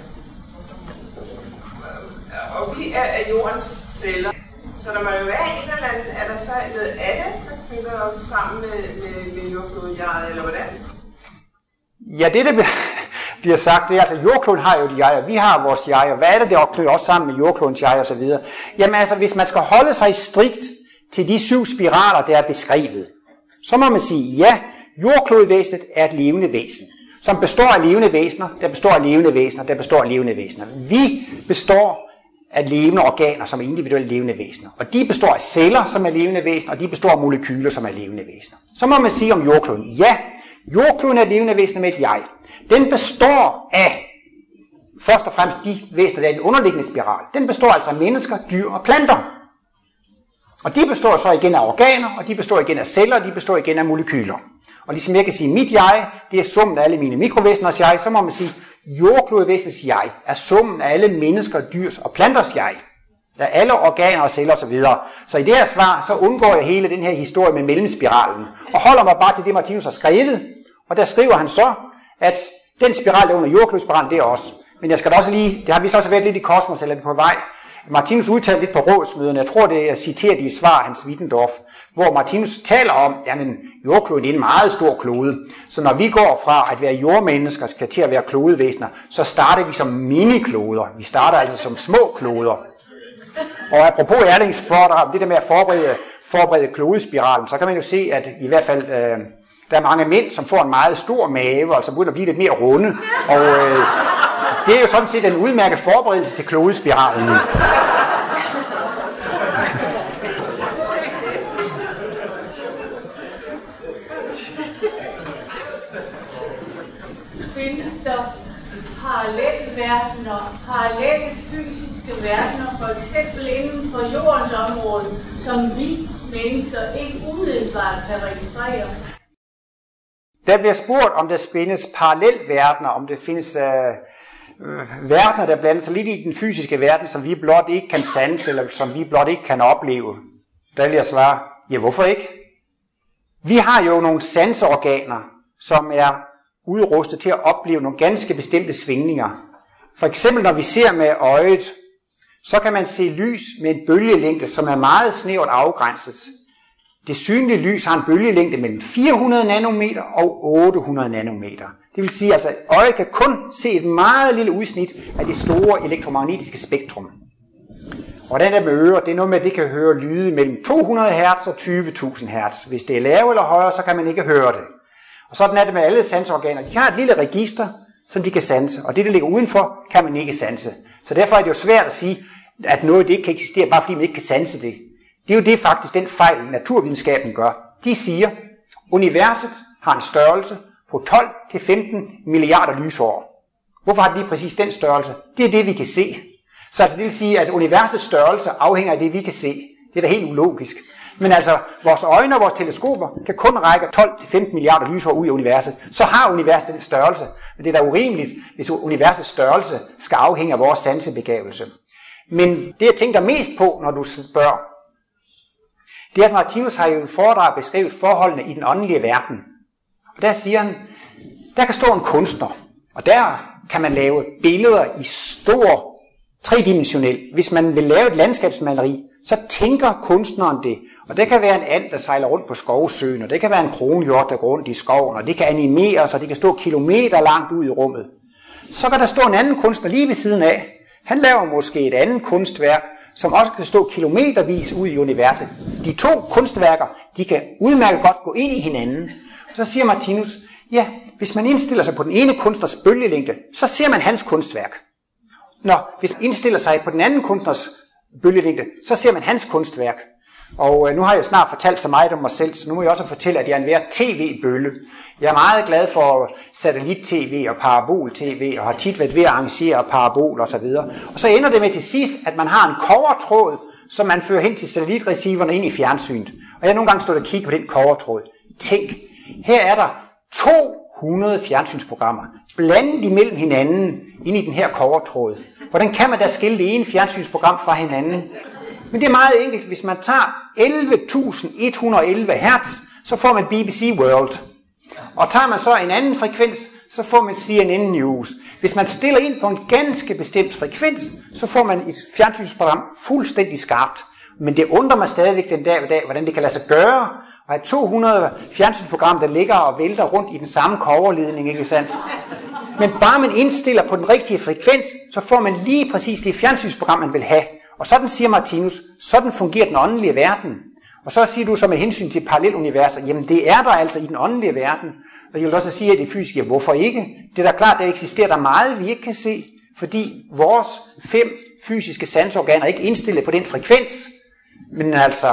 Og vi er jordens celler. Så der må jo være et eller andet, er der så noget andet, der knytter os sammen med jordklodjeget, eller hvordan? Ja, det bliver sagt, det er altså, jordkloden har jo et jeg, og vi har vores jeg, og hvad er det, der knytter også sammen med jordklodens jeg, og så videre? Jamen altså, hvis man skal holde sig strikt til de 7 spiraler, der er beskrevet, så må man sige, ja, jordklodvæsenet er et levende væsen, som består af levende væsener, der består af levende væsener, der består af levende væsener. Vi består af levende organer, som er individuelle levende væsener. Og de består af celler, som er levende væsener, og de består af molekyler, som er levende væsener. Så må man sige om jordkloden, ja, jordkloden er et levende væsen med et jeg. Den består af, først og fremmest de væsener, der er i den underliggende spiral. Den består altså af mennesker, dyr og planter. Og de består så igen af organer, og de består igen af celler, og de består igen af molekyler. Og ligesom jeg kan sige, mit jeg, det er summen af alle mine mikrovæseners jeg, så må man sige, jordklodvæsenets jeg er summen af alle mennesker, dyrs og planters jeg. Der er alle organer og celler osv. Så i det her svar, så undgår jeg hele den her historie med mellemspiralen, og holder mig bare til det, Martinus har skrevet. Og der skriver han så, at den spiral, der er under jordklodspiralen, det er også. Men jeg skal da også lige, det har vi så også været lidt i Kosmos, eller på vej. Martinus udtalte lidt på rådsmøderne, jeg tror det er citeret i et svar, Hans Wittendorf, hvor Martinus taler om, jamen jordkloden er en meget stor klode, så når vi går fra at være jordmennesker skal til at være klodevæsener, så starter vi som minikloder, vi starter altså som små kloder. Og apropos Erlings foredrag, det der med at forberede klodespiralen, så kan man jo se, at i hvert fald der er mange mænd, som får en meget stor mave, og som begynder at blive lidt mere runde, og det er jo sådan set en udmærket forberedelse til klodespiralen. findes der parallelle fysiske verdener, for eksempel inden for jordens område, som vi mennesker ikke umiddelbart kan registrere. Der bliver spurgt, om der findes parallelverdener, om det findes verdener, der blander sig lidt i den fysiske verden, som vi blot ikke kan sanse, eller som vi blot ikke kan opleve. Der vil jeg svare, ja, hvorfor ikke? Vi har jo nogle sanseorganer, som er udrustet til at opleve nogle ganske bestemte svingninger. For eksempel når vi ser med øjet, så kan man se lys med en bølgelængde, som er meget snævert afgrænset. Det synlige lys har en bølgelængde mellem 400 nanometer og 800 nanometer. Det vil sige, altså, at øjet kan kun se et meget lille udsnit af det store elektromagnetiske spektrum. Og den der med ører, det er noget med, at det kan høre lyde mellem 200 Hz og 20.000 Hz. Hvis det er lavere eller højere, så kan man ikke høre det. Og sådan er det med alle sanseorganer. De har et lille register, som de kan sanse, og det, der ligger udenfor, kan man ikke sanse. Så derfor er det jo svært at sige, at noget det ikke kan eksistere, bare fordi man ikke kan sanse det. Det er jo det faktisk den fejl, naturvidenskaben gør. De siger, at universet har en størrelse på 12-15 milliarder lysår. Hvorfor har det lige præcis den størrelse? Det er det, vi kan se. Så altså, det vil sige, at universets størrelse afhænger af det, vi kan se. Det er da helt ulogisk. Men altså, vores øjne og vores teleskoper kan kun række 12-15 milliarder lysår ud i universet. Så har universet den størrelse. Men det er da urimeligt, hvis universets størrelse skal afhænge af vores sansebegavelse. Men det, jeg tænker mest på, når du spørger, det er, at Martinus har jo i foredrag beskrevet forholdene i den åndelige verden. Og der siger han, der kan stå en kunstner, og der kan man lave billeder i stor tredimensionel. Hvis man vil lave et landskabsmaleri, så tænker kunstneren det. Og det kan være en and, der sejler rundt på skovsøen, og det kan være en kronhjort, der går rundt i skoven, og det kan animeres, og det kan stå kilometer langt ud i rummet. Så kan der stå en anden kunstner lige ved siden af. Han laver måske et andet kunstværk, som også kan stå kilometervis ud i universet. De to kunstværker, de kan udmærket godt gå ind i hinanden. Og så siger Martinus, ja, hvis man indstiller sig på den ene kunstners bølgelængde, så ser man hans kunstværk. Hvis man indstiller sig på den anden kunstners bølgelængde, så ser man hans kunstværk. Og nu har jeg snart fortalt så meget om mig selv, så nu må jeg også fortælle, at jeg er en hver tv-bølle. Jeg er meget glad for satellit-tv og parabol-tv, og har tit været ved at arrangere parabol og så videre. Og så ender det med til sidst, at man har en kobbertråd, som man fører hen til satellitreceiver'erne ind i fjernsynet. Og jeg har nogle gange stået og kigget på den kobbertråd. Tænk, her er der 200 fjernsynsprogrammer, blandet imellem hinanden ind i den her kobbertråd. Hvordan kan man da skille det ene fjernsynsprogram fra hinanden? Men det er meget enkelt. Hvis man tager 11.111 Hz, så får man BBC World. Og tager man så en anden frekvens, så får man CNN News. Hvis man stiller ind på en ganske bestemt frekvens, så får man et fjernsynsprogram fuldstændig skarpt. Men det undrer mig stadigvæk den dag ved dag, hvordan det kan lade sig gøre, at have 200 fjernsynsprogrammer, der ligger og vælter rundt i den samme kobberledning, ikke sandt? Men bare man indstiller på den rigtige frekvens, så får man lige præcis det fjernsynsprogram, man vil have. Og sådan siger Martinus, sådan fungerer den åndelige verden. Og så siger du så med hensyn til paralleluniverser, jamen det er der altså i den åndelige verden. Og jeg vil også sige, at det fysiske, hvorfor ikke? Det er da klart, at der eksisterer der meget, vi ikke kan se, fordi vores 5 fysiske sanseorganer er ikke indstillet på den frekvens. Men altså,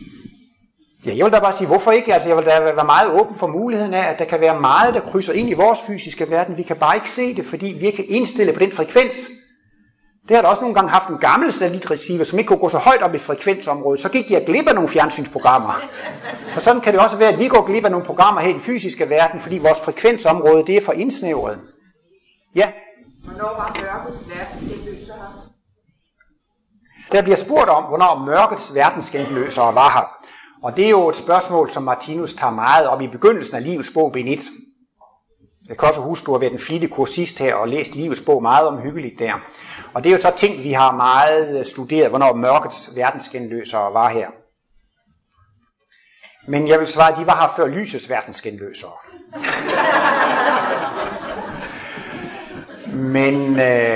ja, jeg vil da bare sige, hvorfor ikke? Altså, jeg vil da være meget åben for muligheden af, at der kan være meget, der krydser ind i vores fysiske verden. Vi kan bare ikke se det, fordi vi ikke er indstillet på den frekvens. Det har der også nogle gange haft en gammel satellitreceiver, som ikke kunne gå så højt op i frekvensområdet. Så gik de glip af nogle fjernsynsprogrammer. Og sådan kan det også være, at vi går glip af nogle programmer her i den fysiske verden, fordi vores frekvensområde, det er for indsnævret. Ja? Hvornår var mørkets verdensgenløsere her? Der bliver spurgt om, hvornår mørkets verdensgenløsere var her. Og det er jo et spørgsmål, som Martinus tager meget op i begyndelsen af Livets bog, bind 1. Jeg kan også huske, at du har været en flittig kursist her og læst Livets bog meget omhyggeligt der. Og det er jo så ting, vi har meget studeret, hvornår mørkets verdensgenløsere var her. Men jeg vil svare, at de var her før lysets verdensgenløsere. Men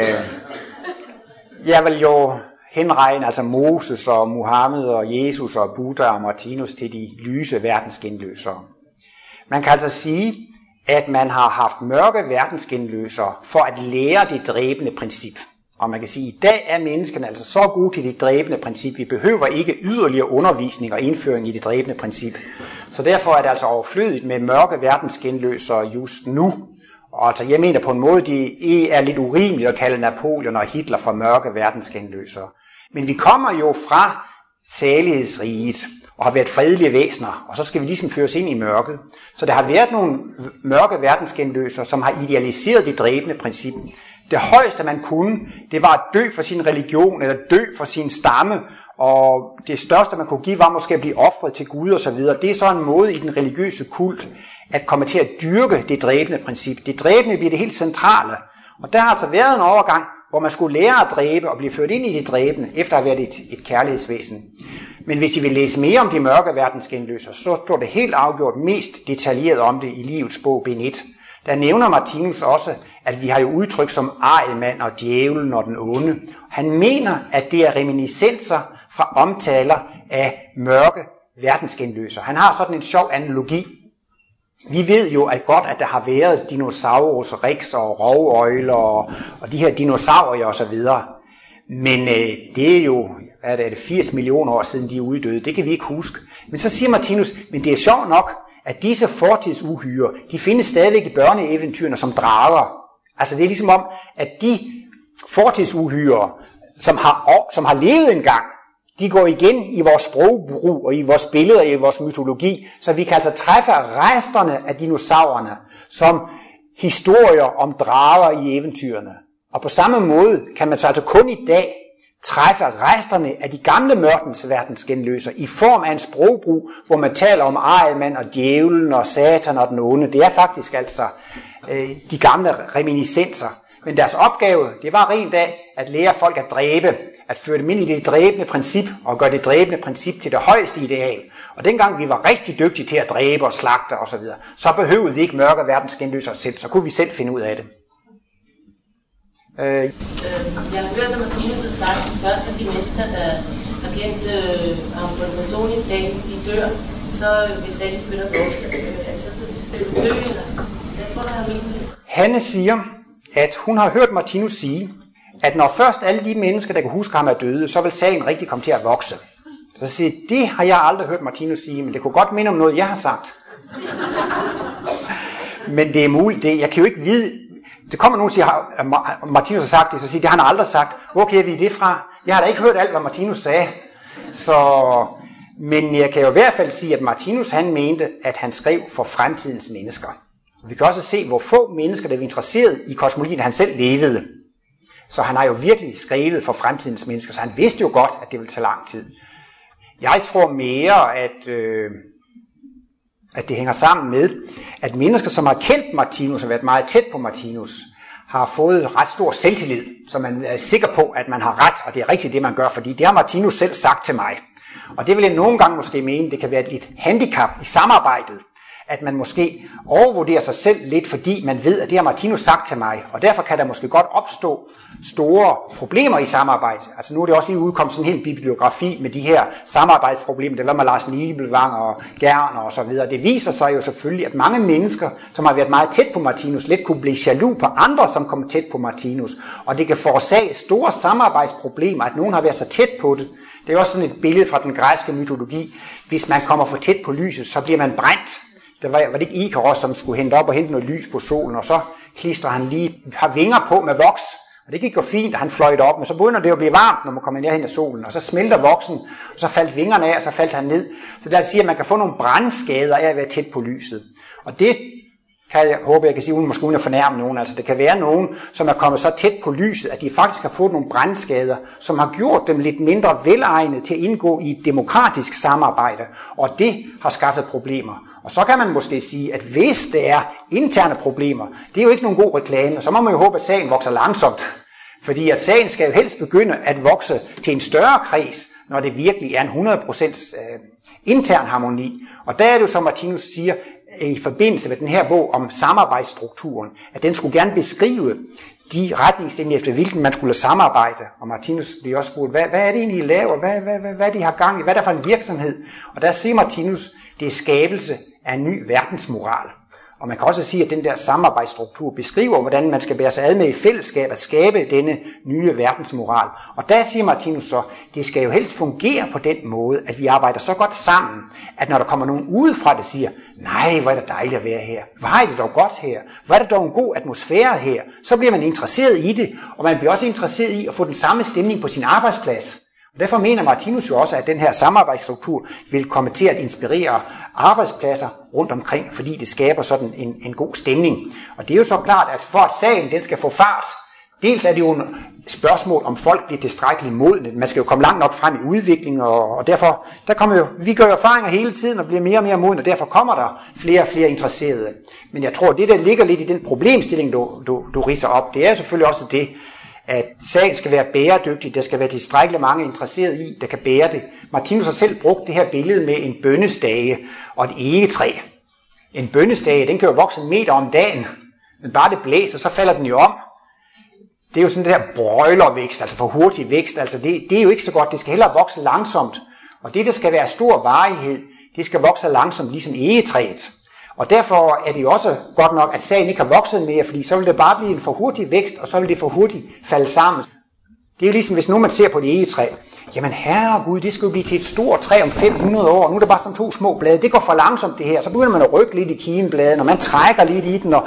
jeg vil jo henregne altså Moses og Muhammed og Jesus og Buddha og Martinus til de lyse verdensgenløsere. Man kan altså sige, at man har haft mørke verdensgenløsere for at lære det dræbende princip. Og man kan sige, at i dag er menneskene altså så gode til det dræbende princip. Vi behøver ikke yderligere undervisning og indføring i det dræbende princip. Så derfor er det altså overflødigt med mørke verdensgenløsere just nu. Og altså, jeg mener på en måde, det er lidt urimeligt at kalde Napoleon og Hitler for mørke verdensgenløsere. Men vi kommer jo fra salighedsriget og har været fredelige væsener, og så skal vi ligesom føres ind i mørket. Så der har været nogle mørke verdensgenløsere, som har idealiseret det dræbende princip. Det højeste man kunne, det var at dø for sin religion, eller dø for sin stamme, og det største man kunne give, var måske at blive ofret til Gud og så videre. Det er så en måde i den religiøse kult, at komme til at dyrke det dræbende princip. Det dræbende bliver det helt centrale. Og der har altså været en overgang, hvor man skulle lære at dræbe og blive ført ind i det dræbende, efter at have været et kærlighedsvæsen. Men hvis I vil læse mere om de mørke verdensgenløsere, så står det helt afgjort mest detaljeret om det i Livets bog, bind 1. Der nævner Martinus også, at vi har jo udtryk som Arielmand og djævlen og den onde. Han mener, at det er reminiscenser fra omtaler af mørke verdensgenløsere. Han har sådan en sjov analogi. Vi ved jo at godt, at der har været dinosaurus, rex og rovøjler og de her dinosaurier osv. Men det er jo 80 millioner år siden de er uddøde. Det kan vi ikke huske. Men så siger Martinus, men det er sjovt nok, at disse fortidsuhyrer, de findes stadigvæk i børneeventyrene som drager. Altså det er ligesom om, at de fortidsuhyrer, som har levet engang, de går igen i vores sprogbrug og i vores billeder og i vores mytologi, så vi kan altså træffe resterne af dinosaurerne som historier om drager i eventyrene. Og på samme måde kan man så altså kun i dag træffe resterne af de gamle mørkens verdensgenløsere i form af en sprogbrug, hvor man taler om Arielmand og djævlen og Satan og den onde. Det er faktisk altså de gamle reminiscenser. Men deres opgave, det var rent af at lære folk at dræbe, at føre dem ind i det dræbende princip og gøre det dræbende princip til det højeste ideal. Og dengang vi var rigtig dygtige til at dræbe og slagte osv., så behøvede vi ikke mørke verdensgenløsere selv, så kunne vi selv finde ud af det. Jeg har hørt, at Martinus har sagt, at først at de mennesker, der har kendt ham på en personlig plan, de dør, så hvis alle begynder at vokse, altså skal de dø, eller jeg tror, der har min. Hanne siger, at hun har hørt Martinus sige, at når først alle de mennesker, der kan huske ham, er døde, så vil sagen rigtig komme til at vokse. Så siger det har jeg aldrig hørt Martinus sige, men det kunne godt minde om noget, jeg har sagt. Men det er muligt, jeg kan jo ikke vide. Det kommer nogen og siger, at Martinus har sagt det, så siger det har han aldrig sagt. Hvor kan jeg vide det fra? Jeg har da ikke hørt alt, hvad Martinus sagde. Men jeg kan jo i hvert fald sige, at Martinus han mente, at han skrev for fremtidens mennesker. Vi kan også se, hvor få mennesker, der var interesseret i kosmologien, han selv levede. Så han har jo virkelig skrevet for fremtidens mennesker, så han vidste jo godt, at det ville tage lang tid. Jeg tror mere, at det hænger sammen med, at mennesker, som har kendt Martinus og været meget tæt på Martinus, har fået ret stor selvtillid, så man er sikker på, at man har ret, og det er rigtigt det, man gør, fordi det har Martinus selv sagt til mig. Og det vil jeg nogle gange måske mene, det kan være et handicap i samarbejdet, at man måske overvurderer sig selv lidt, fordi man ved, at det har Martinus sagt til mig, og derfor kan der måske godt opstå store problemer i samarbejde. Altså nu er det også lige udkommet sådan en hel bibliografi med de her samarbejdsproblemer, det var med Lars Nibelvang og Gerner og så videre. Det viser sig jo selvfølgelig, at mange mennesker, som har været meget tæt på Martinus, let kunne blive jaloux på andre, som kom tæt på Martinus, og det kan forårsage store samarbejdsproblemer, at nogen har været så tæt på det. Det er også sådan et billede fra den græske mytologi. Hvis man kommer for tæt på lyset, så bliver man brændt. Det var det ikke Ikaros, som skulle hente op og hente noget lys på solen, og så klistrer han lige har vinger på med voks. Og det gik jo fint, at han fløjte op, men så begynder det at blive varmt, når man kommer ned hen af solen, og så smelter voksen, og så faldt vingerne af, og så faldt han ned. Så der siger, at man kan få nogle brandskader af at være tæt på lyset. Og det kan jeg håbe, jeg kan sige, uden at fornærme nogen. Altså det kan være nogen, som er kommet så tæt på lyset, at de faktisk har fået nogle brandskader, som har gjort dem lidt mindre velegnet til at indgå i et demokratisk samarbejde, og det har skaffet problemer. Og så kan man måske sige, at hvis der er interne problemer, det er jo ikke nogen god reklame, så må man jo håbe, at sagen vokser langsomt. Fordi at sagen skal jo helst begynde at vokse til en større kreds, når det virkelig er en 100% intern harmoni. Og der er det jo, som Martinus siger, i forbindelse med den her bog om samarbejdsstrukturen, at den skulle gerne beskrive de retningslinjer, efter hvilken man skulle samarbejde. Og Martinus bliver også spurgt, hvad er det egentlig, I laver? Hvad er det, I har gang i? Hvad er det for en virksomhed? Og der siger Martinus, det er skabelse af en ny verdensmoral. Og man kan også sige, at den der samarbejdsstruktur beskriver, hvordan man skal bære sig ad med i fællesskab at skabe denne nye verdensmoral. Og der siger Martinus så, det skal jo helst fungere på den måde, at vi arbejder så godt sammen, at når der kommer nogen udefra, der siger, nej, hvor er det dejligt at være her, hvor er det dog godt her, hvor er det dog en god atmosfære her, så bliver man interesseret i det, og man bliver også interesseret i at få den samme stemning på sin arbejdsplads. Og derfor mener Martinus jo også, at den her samarbejdsstruktur vil komme til at inspirere arbejdspladser rundt omkring, fordi det skaber sådan en god stemning. Og det er jo så klart, at for at sagen den skal få fart, dels er det jo et spørgsmål, om folk bliver tilstrækkeligt modne. Man skal jo komme langt nok frem i udviklingen, og derfor, vi gør jo erfaringer hele tiden og bliver mere og mere modne, og derfor kommer der flere og flere interesserede. Men jeg tror, det der ligger lidt i den problemstilling, du ridser op, det er selvfølgelig også det, at sagen skal være bæredygtig, der skal være tilstrækkeligt mange interesserede i, der kan bære det. Martinus har selv brugt det her billede med en bønnestage og et egetræ. En bønnestage, den kan jo vokse 1 meter om dagen, men bare det blæser, så falder den jo om. Det er jo sådan det der broilervækst, altså for hurtig vækst, altså det er jo ikke så godt, det skal hellere vokse langsomt. Og det, der skal være stor varighed, det skal vokse langsomt, ligesom egetræet. Og derfor er det jo også godt nok, at sagen ikke har vokset mere, fordi så vil det bare blive en for hurtig vækst, og så vil det for hurtigt falde sammen. Det er jo ligesom, hvis nu man ser på det egetræ. Jamen herregud, det skal jo blive til et stort træ om 500 år, nu er der bare sådan 2 små blade. Det går for langsomt det her, så begynder man at rykke lidt i kimenbladen, og man trækker lidt i den, og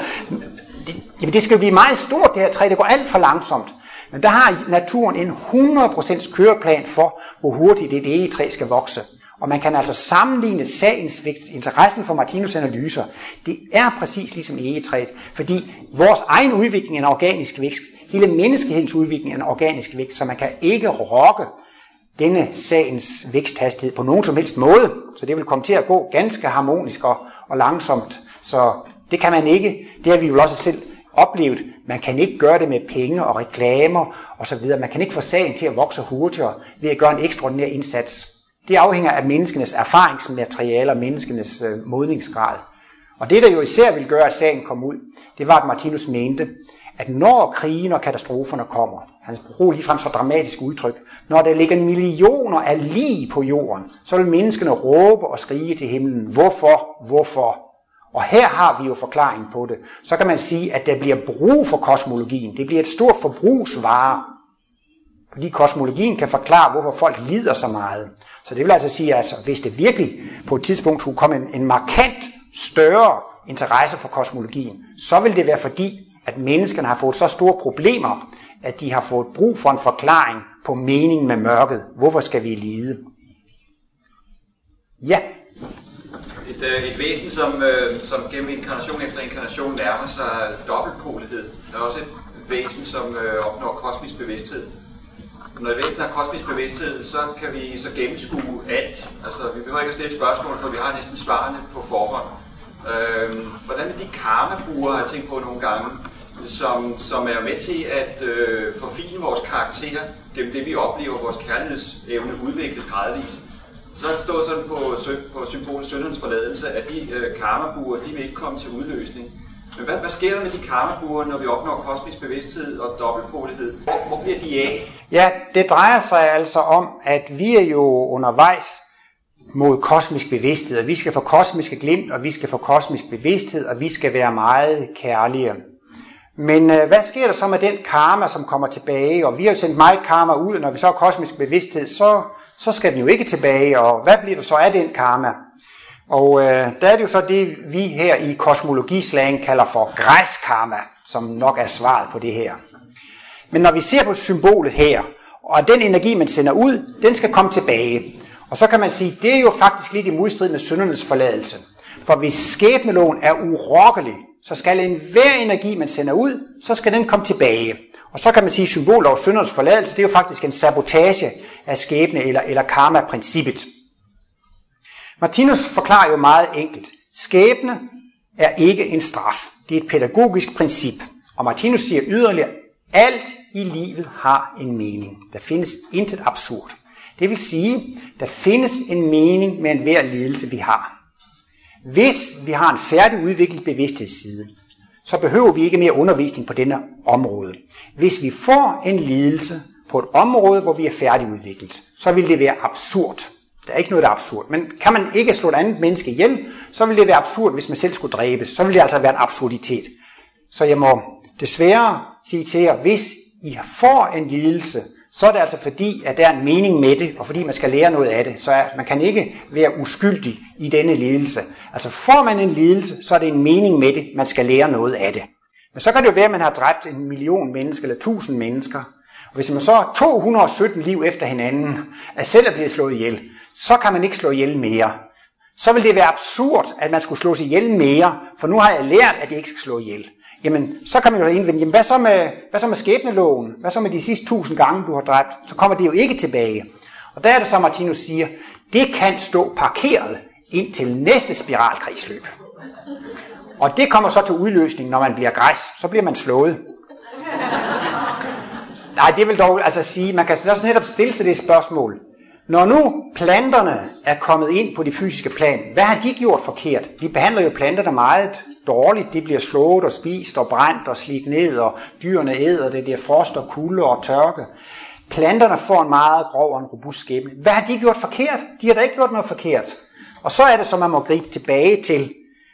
jamen det skal jo blive meget stort det her træ, det går alt for langsomt. Men der har naturen en 100% køreplan for, hvor hurtigt det egetræ skal vokse. Og man kan altså sammenligne sagens vækst, interessen for Martinus' analyser. Det er præcis ligesom egetræet, fordi vores egen udvikling er en organisk vækst, hele menneskehedens udvikling er en organisk vækst, så man kan ikke rokke denne sagens væksthastighed på nogen som helst måde. Så det vil komme til at gå ganske harmonisk og langsomt. Så det kan man ikke. Det har vi jo også selv oplevet. Man kan ikke gøre det med penge og reklamer osv. Man kan ikke få sagen til at vokse hurtigere ved at gøre en ekstraordinær indsats. Det afhænger af menneskenes erfaringsmateriale og menneskenes modningsgrad. Og det, der jo især vil gøre, at sagen kom ud, det var, at Martinus mente, at når krigen og katastroferne kommer, han bruger ligefrem så dramatisk udtryk, når der ligger millioner af lig på jorden, så vil menneskene råbe og skrige til himlen, hvorfor? Og her har vi jo forklaringen på det. Så kan man sige, at der bliver brug for kosmologien. Det bliver et stort forbrugsvare, fordi kosmologien kan forklare, hvorfor folk lider så meget. Så det vil altså sige, at hvis det virkelig på et tidspunkt skulle komme en markant større interesse for kosmologien, så vil det være fordi, at menneskene har fået så store problemer, at de har fået brug for en forklaring på meningen med mørket. Hvorfor skal vi lide? Ja. Et væsen, som gennem inkarnation efter inkarnation nærmer sig dobbeltpolighed, er også et væsen, som opnår kosmisk bevidsthed. Når et væsen har kosmisk bevidsthed, så kan vi så gennemskue alt. Altså, vi behøver ikke at stille spørgsmål, for vi har næsten svarene på forhånd. Hvordan er de karmabuer, har jeg tænkt på nogle gange, som er med til at forfine vores karakter gennem det, vi oplever, vores kærlighedsevne udvikles gradvist. Så står sådan på symbolet syndernes forladelse, at de karmabuer, de vil ikke komme til udløsning. Men hvad sker der med de karmabuer, når vi opnår kosmisk bevidsthed og dobbeltpolighed? Hvor bliver de af? Ja, det drejer sig altså om, at vi er jo undervejs mod kosmisk bevidsthed, og vi skal få kosmiske glimt, og vi skal få kosmisk bevidsthed, og vi skal være meget kærlige. Men hvad sker der så med den karma, som kommer tilbage? Og vi har jo sendt meget karma ud, og når vi så har kosmisk bevidsthed, så skal den jo ikke tilbage, og hvad bliver der så af den karma? Og der er det jo så det, vi her i kosmologislang kalder for græskarma, som nok er svaret på det her. Men når vi ser på symbolet her, og den energi, man sender ud, den skal komme tilbage. Og så kan man sige, det er jo faktisk lidt i modstrid med syndernes forladelse. For hvis skæbneloven er urokkelig, så skal enhver energi, man sender ud, så skal den komme tilbage. Og så kan man sige, at symbolet over syndernes forladelse, det er jo faktisk en sabotage af skæbne eller karma-princippet. Martinus forklarer jo meget enkelt. Skæbne er ikke en straf. Det er et pædagogisk princip. Og Martinus siger yderligere, alt i livet har en mening. Der findes intet absurd. Det vil sige, der findes en mening med enhver lidelse, vi har. Hvis vi har en færdigudviklet bevidsthedsside, så behøver vi ikke mere undervisning på denne område. Hvis vi får en lidelse på et område, hvor vi er færdigudviklet, så vil det være absurd. Der er ikke noget, der er absurd. Men kan man ikke slå et andet menneske ihjel, så vil det være absurd, hvis man selv skulle dræbes. Så vil det altså være en absurditet. Så jeg må desværre sige til jer, hvis I får en lidelse, så er det altså fordi, at der er en mening med det, og fordi man skal lære noget af det. Så man kan ikke være uskyldig i denne lidelse. Altså får man en lidelse, så er det en mening med det, man skal lære noget af det. Men så kan det jo være, at man har dræbt 1 million mennesker eller 1000 mennesker. Og hvis man så har 217 liv efter hinanden, at selv er blevet slået ihjel, så kan man ikke slå ihjel mere. Så vil det være absurd, at man skulle slås ihjel mere, for nu har jeg lært, at jeg ikke skal slå ihjel. Jamen, så kan man jo indvende, jamen, hvad så med skæbneloven? Hvad så med de sidste 1000 gange, du har dræbt? Så kommer det jo ikke tilbage. Og der er det så, Martinus siger, det kan stå parkeret ind til næste spiralkredsløb. Og det kommer så til udløsning, når man bliver græs. Så bliver man slået. Nej, det vil dog altså sige, man kan også netop stille sig det spørgsmål. Når nu planterne er kommet ind på det fysiske plan, hvad har de gjort forkert? Vi behandler jo planterne meget dårligt. De bliver slået og spist og brændt og slidt ned, og dyrene æder det. Det er frost og kulde og tørke. Planterne får en meget grov og en robust skæbne. Hvad har de gjort forkert? De har da ikke gjort noget forkert. Og så er det så, man må gribe tilbage til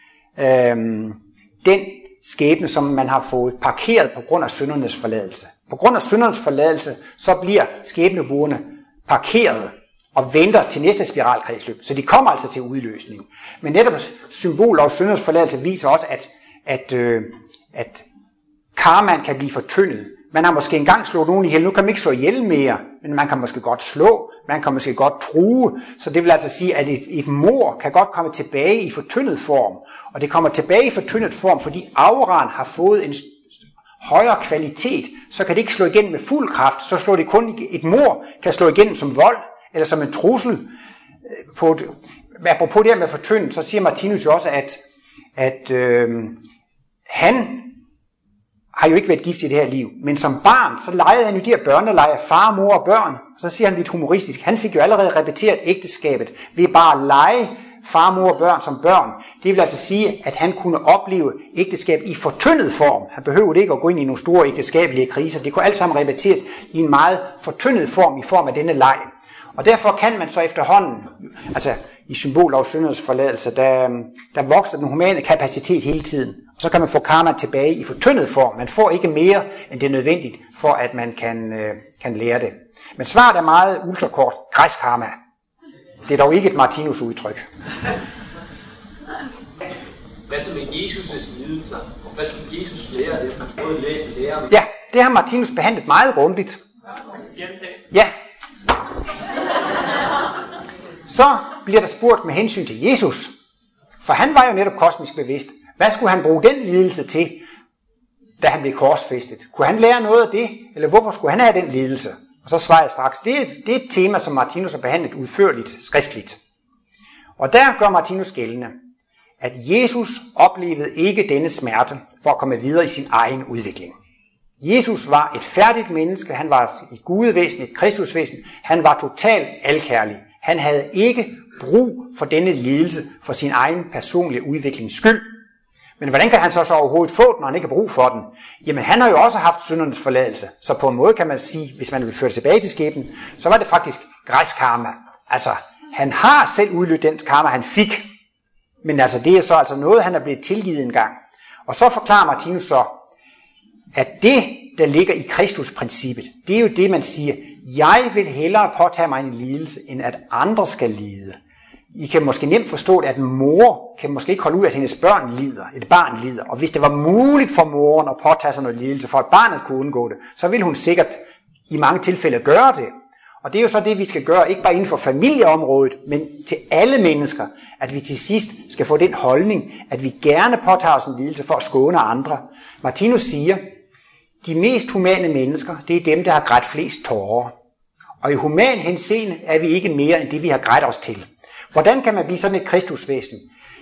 den skæbne, som man har fået parkeret på grund af syndernes forladelse. På grund af syndernes forladelse, så bliver skæbnebuerne parkeret og venter til næste spiralkredsløb. Så de kommer altså til udløsning. Men netop symboler af syndernes forladelse viser også, at karmaen kan blive fortyndet. Man har måske engang slået nogen ihjel. Nu kan man ikke slå ihjel mere, men man kan måske godt slå. Man kan måske godt true. Så det vil altså sige, at et mord kan godt komme tilbage i fortyndet form. Og det kommer tilbage i fortyndet form, fordi auraen har fået en højere kvalitet. Så kan det ikke slå igennem med fuld kraft. Så slår det kun et mord kan slå igennem som vold eller som en trussel. Apropos det her med fortyndet, så siger Martinus jo også, at han har jo ikke været gift i det her liv, men som barn, så legede han jo de her børneleje, far, mor og børn. Så siger han lidt humoristisk, han fik jo allerede repeteret ægteskabet ved bare at lege far, mor og børn som børn. Det vil altså sige, at han kunne opleve ægteskab i fortyndet form. Han behøvede ikke at gå ind i nogle store ægteskabelige kriser. Det kunne alt sammen repeteres i en meget fortyndet form, i form af denne leg. Og derfor kan man så efterhånden, altså i symbol af syndernes forladelse, der vokser den humane kapacitet hele tiden. Og så kan man få karma tilbage i fortyndet form. Man får ikke mere, end det er nødvendigt, for at man kan lære det. Men svaret er meget ultrakort, græskarma. Det er dog ikke et Martinus udtryk. Hvad så med Jesus' lidelser? Hvad skulle Jesus lære det? Både lære? Ja, det har Martinus behandlet meget grundigt. Ja. Så bliver der spurgt med hensyn til Jesus. For han var jo netop kosmisk bevidst. Hvad skulle han bruge den lidelse til, da han blev korsfæstet? Kunne han lære noget af det? Eller hvorfor skulle han have den lidelse? Og så svarer jeg straks. Det er et tema, som Martinus har behandlet udførligt skriftligt. Og der gør Martinus gældende, at Jesus oplevede ikke denne smerte for at komme videre i sin egen udvikling. Jesus var et færdigt menneske, han var et gudevæsen, et kristusvæsen, han var totalt alkærlig. Han havde ikke brug for denne lidelse for sin egen personlige udviklings skyld. Men hvordan kan han så overhovedet få den, når han ikke har brug for den? Jamen han har jo også haft syndernes forladelse, så på en måde kan man sige, hvis man vil føre det tilbage til skæbnen, så var det faktisk græskarma. Altså han har selv udløst den karma, han fik. Men altså det er så altså noget, han er blevet tilgivet en gang. Og så forklarer Martinus så, at det, der ligger i Kristusprincippet, det er jo det, man siger, jeg vil hellere påtage mig en lidelse, end at andre skal lide. I kan måske nemt forstå, at en mor kan måske ikke holde ud, at hendes børn lider, et barn lider. Og hvis det var muligt for moren at påtage sig noget lidelse, for at barnet kunne undgå det, så ville hun sikkert i mange tilfælde gøre det. Og det er jo så det, vi skal gøre, ikke bare inden for familieområdet, men til alle mennesker, at vi til sidst skal få den holdning, at vi gerne påtager os en lidelse for at skåne andre. Martinus siger, de mest humane mennesker, det er dem, der har grædt flest tårer. Og i human henseende er vi ikke mere end det, vi har grædt os til. Hvordan kan man blive sådan et kristusvæsen?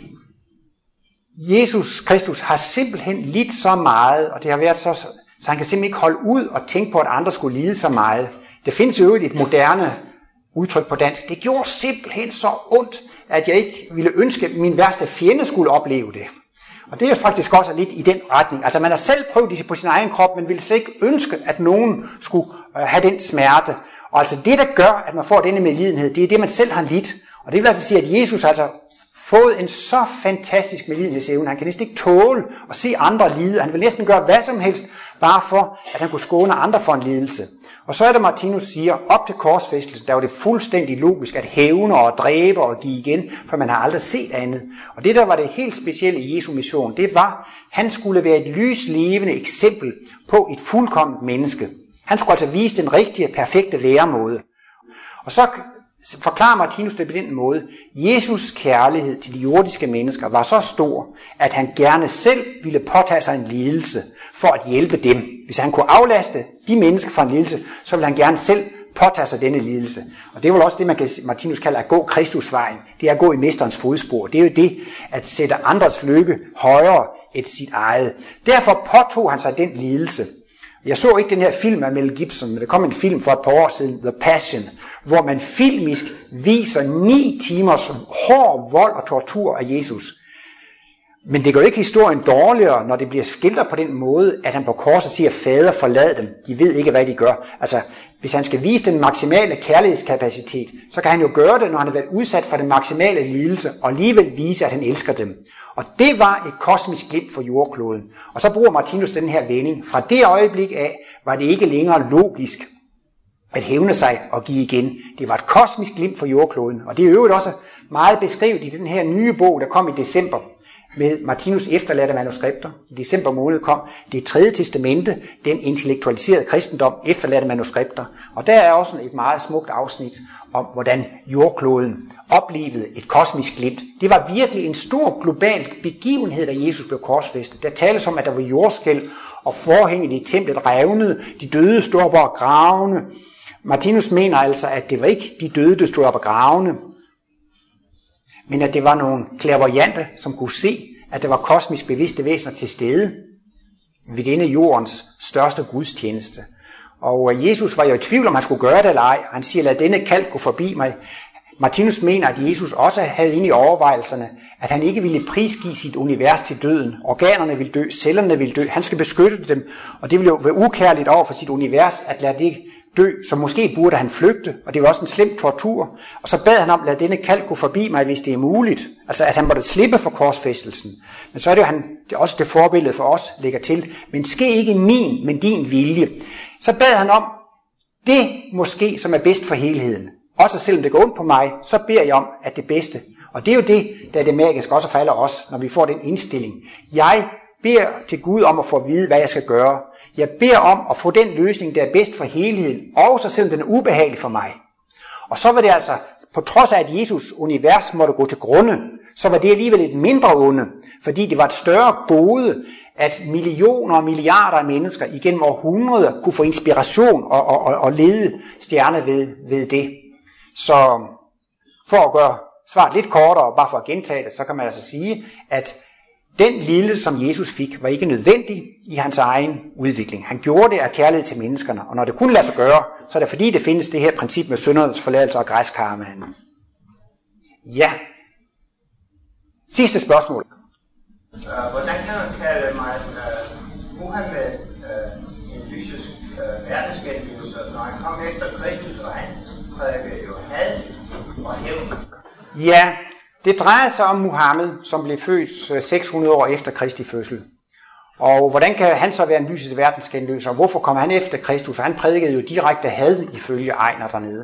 Jesus Kristus har simpelthen lidt så meget, og det har været så han kan simpelthen ikke holde ud og tænke på, at andre skulle lide så meget. Det findes jo et moderne udtryk på dansk. Det gjorde simpelthen så ondt, at jeg ikke ville ønske, at min værste fjende skulle opleve det. Og det er faktisk også lidt i den retning. Altså man har selv prøvet det på sin egen krop, men ville slet ikke ønske, at nogen skulle have den smerte. Og altså det, der gør, at man får denne medlidenhed, det er det, man selv har lidt. Og det vil altså sige, at Jesus altså fået en så fantastisk medlidenhedsevne. Han kan næsten ikke tåle at se andre lide. Han vil næsten gøre hvad som helst, bare for, at han kunne skåne andre for en lidelse. Og så er det, Martinus siger, op til korsfæstelsen, der var det fuldstændig logisk at hævne og dræbe og give igen, for man har aldrig set andet. Og det, der var det helt specielle i Jesu mission, det var, at han skulle være et lyslevende eksempel på et fuldkomment menneske. Han skulle altså vise den rigtige, perfekte væremåde. Og så forklarer Martinus det på den måde. Jesus' kærlighed til de jordiske mennesker var så stor, at han gerne selv ville påtage sig en lidelse for at hjælpe dem. Hvis han kunne aflaste de mennesker fra en lidelse, så ville han gerne selv påtage sig denne lidelse. Og det er vel også det, Martinus kalder at gå Kristusvejen. Det er at gå i mesterens fodspor. Det er jo det at sætte andres lykke højere end sit eget. Derfor påtog han sig den lidelse. Jeg så ikke den her film af Mel Gibson, men der kom en film for et par år siden, The Passion, hvor man filmisk viser 9 timers hård vold og tortur af Jesus. Men det gør ikke historien dårligere, når det bliver skildret på den måde, at han på korset siger, fader forlad dem. De ved ikke, hvad de gør. Altså, hvis han skal vise den maksimale kærlighedskapacitet, så kan han jo gøre det, når han har været udsat for den maksimale lidelse, og alligevel vise, at han elsker dem. Og det var et kosmisk glimt for jordkloden. Og så bruger Martinus den her vending. Fra det øjeblik af var det ikke længere logisk at hævne sig og give igen. Det var et kosmisk glimt for jordkloden. Og det er øvrigt også meget beskrevet i den her nye bog, der kom i december, med Martinus efterladte manuskripter. I december måned kom det 3. testamente, den intellektualiserede kristendom, efterladte manuskripter. Og der er også et meget smukt afsnit om, hvordan jordkloden oplevede et kosmisk glimt. Det var virkelig en stor global begivenhed, da Jesus blev korsfæstet. Der tales om, at der var jordskælv, og forhænget i templet revnede, de døde stod op og gravene. Martinus mener altså, at det var ikke de døde, der stod op og gravene, men at det var nogle clairvoyante, som kunne se, at der var kosmisk bevidste væsener til stede ved denne jordens største gudstjeneste. Og Jesus var jo i tvivl, om han skulle gøre det eller ej. Han siger, lad denne kalk gå forbi mig. Martinus mener, at Jesus også havde inde i overvejelserne, at han ikke ville prisgive sit univers til døden. Organerne ville dø, cellerne ville dø. Han skal beskytte dem, og det ville jo være ukærligt over for sit univers, at lade det dø, så måske burde han flygte, og det var også en slem tortur. Og så bad han om, lad denne kalk gå forbi mig, hvis det er muligt. Altså at han måtte slippe for korsfæstelsen. Men så er det jo det er også det forbillede for os lægger til. Men ske ikke min, men din vilje. Så bad han om det måske, som er bedst for helheden. Også selvom det går ondt på mig, så beder jeg om, at det bedste. Og det er jo det, der er det magiske også for alle os, når vi får den indstilling. Jeg beder til Gud om at få at vide, hvad jeg skal gøre. Jeg beder om at få den løsning, der er bedst for helheden, også selvom den er ubehagelig for mig. Og så var det altså, på trods af at Jesus univers måtte gå til grunde, så var det alligevel et mindre onde, fordi det var et større gode, at millioner og milliarder af mennesker igennem århundreder kunne få inspiration og lede stjerner ved det. Så for at gøre svaret lidt kortere, bare for at gentage det, så kan man altså sige, at den lidelse, som Jesus fik, var ikke nødvendig i hans egen udvikling. Han gjorde det af kærlighed til menneskerne, og når det kunne lade sig gøre, så er det fordi, det findes det her princip med syndernes forladelse og græskarmaen. Ja. Sidste spørgsmål. Hvordan kan man kalde mig Muhammed en lysets verdensgenlevelse, når han kom efter Kristus, og han prædikede jo had og hævn? Ja, det drejer sig om Muhammed, som blev født 600 år efter Kristi fødsel. Og hvordan kan han så være en lysets verdensgenløser? Og hvorfor kom han efter Kristus? Og han prædikede jo direkte had ifølge Ejner dernede.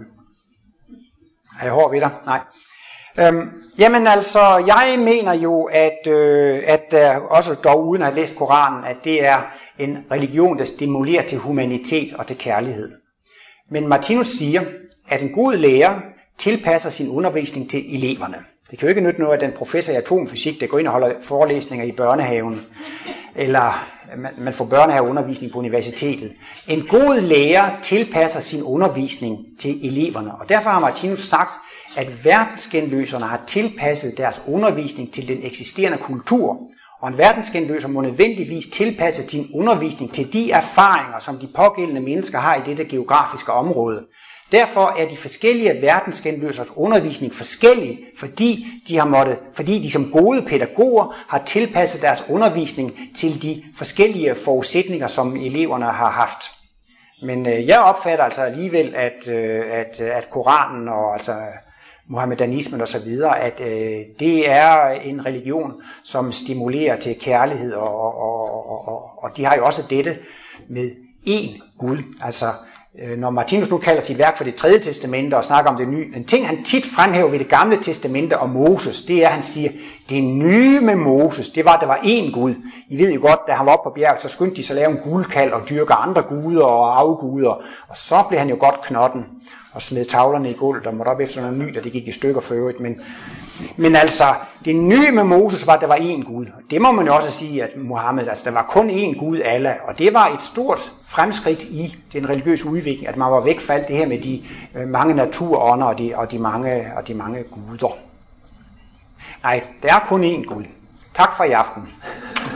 Er jeg hård ved dig? Nej. Jamen altså, jeg mener jo, at der også dog uden at have læst Koranen, at det er en religion, der stimulerer til humanitet og til kærlighed. Men Martinus siger, at en god lærer tilpasser sin undervisning til eleverne. Det kan jo ikke nytte noget, at den professor i atomfysik, der går ind og holder forelæsninger i børnehaven, eller man får børnehaveundervisning på universitetet. En god lærer tilpasser sin undervisning til eleverne, og derfor har Martinus sagt, at verdensgenløserne har tilpasset deres undervisning til den eksisterende kultur, og en verdensgenløser må nødvendigvis tilpasse sin undervisning til de erfaringer, som de pågældende mennesker har i dette geografiske område. Derfor er de forskellige verdensgenløsers undervisning forskellig, fordi de som gode pædagoger har tilpasset deres undervisning til de forskellige forudsætninger, som eleverne har haft. Men jeg opfatter altså alligevel, at Koranen og altså muhammedanismen og så videre, at det er en religion, som stimulerer til kærlighed, og de har jo også dette med én Gud. Altså, når Martinus nu kalder sit værk for det tredje testamente og snakker om det nye, en ting han tit fremhæver ved det gamle testamente om Moses, det er, at han siger, det nye med Moses, det var, at der var én Gud. I ved jo godt, da han var oppe på bjerget, så skyndte de sig at lave en guldkald og dyrke andre guder og afguder, og så blev han jo godt knotten og smed tavlerne i gulvet og måtte op efter noget nyt, og det gik i stykker for øvrigt. Men altså, det nye med Moses var, at der var én Gud. Det må man jo også sige, at Muhammed, altså der var kun én Gud, Allah, og det var et stort fremskridt i den religiøse udvikling, at man var væk fra alt det her med de mange naturånder og de mange guder. Nej, der er kun én Gud. Tak for i aften.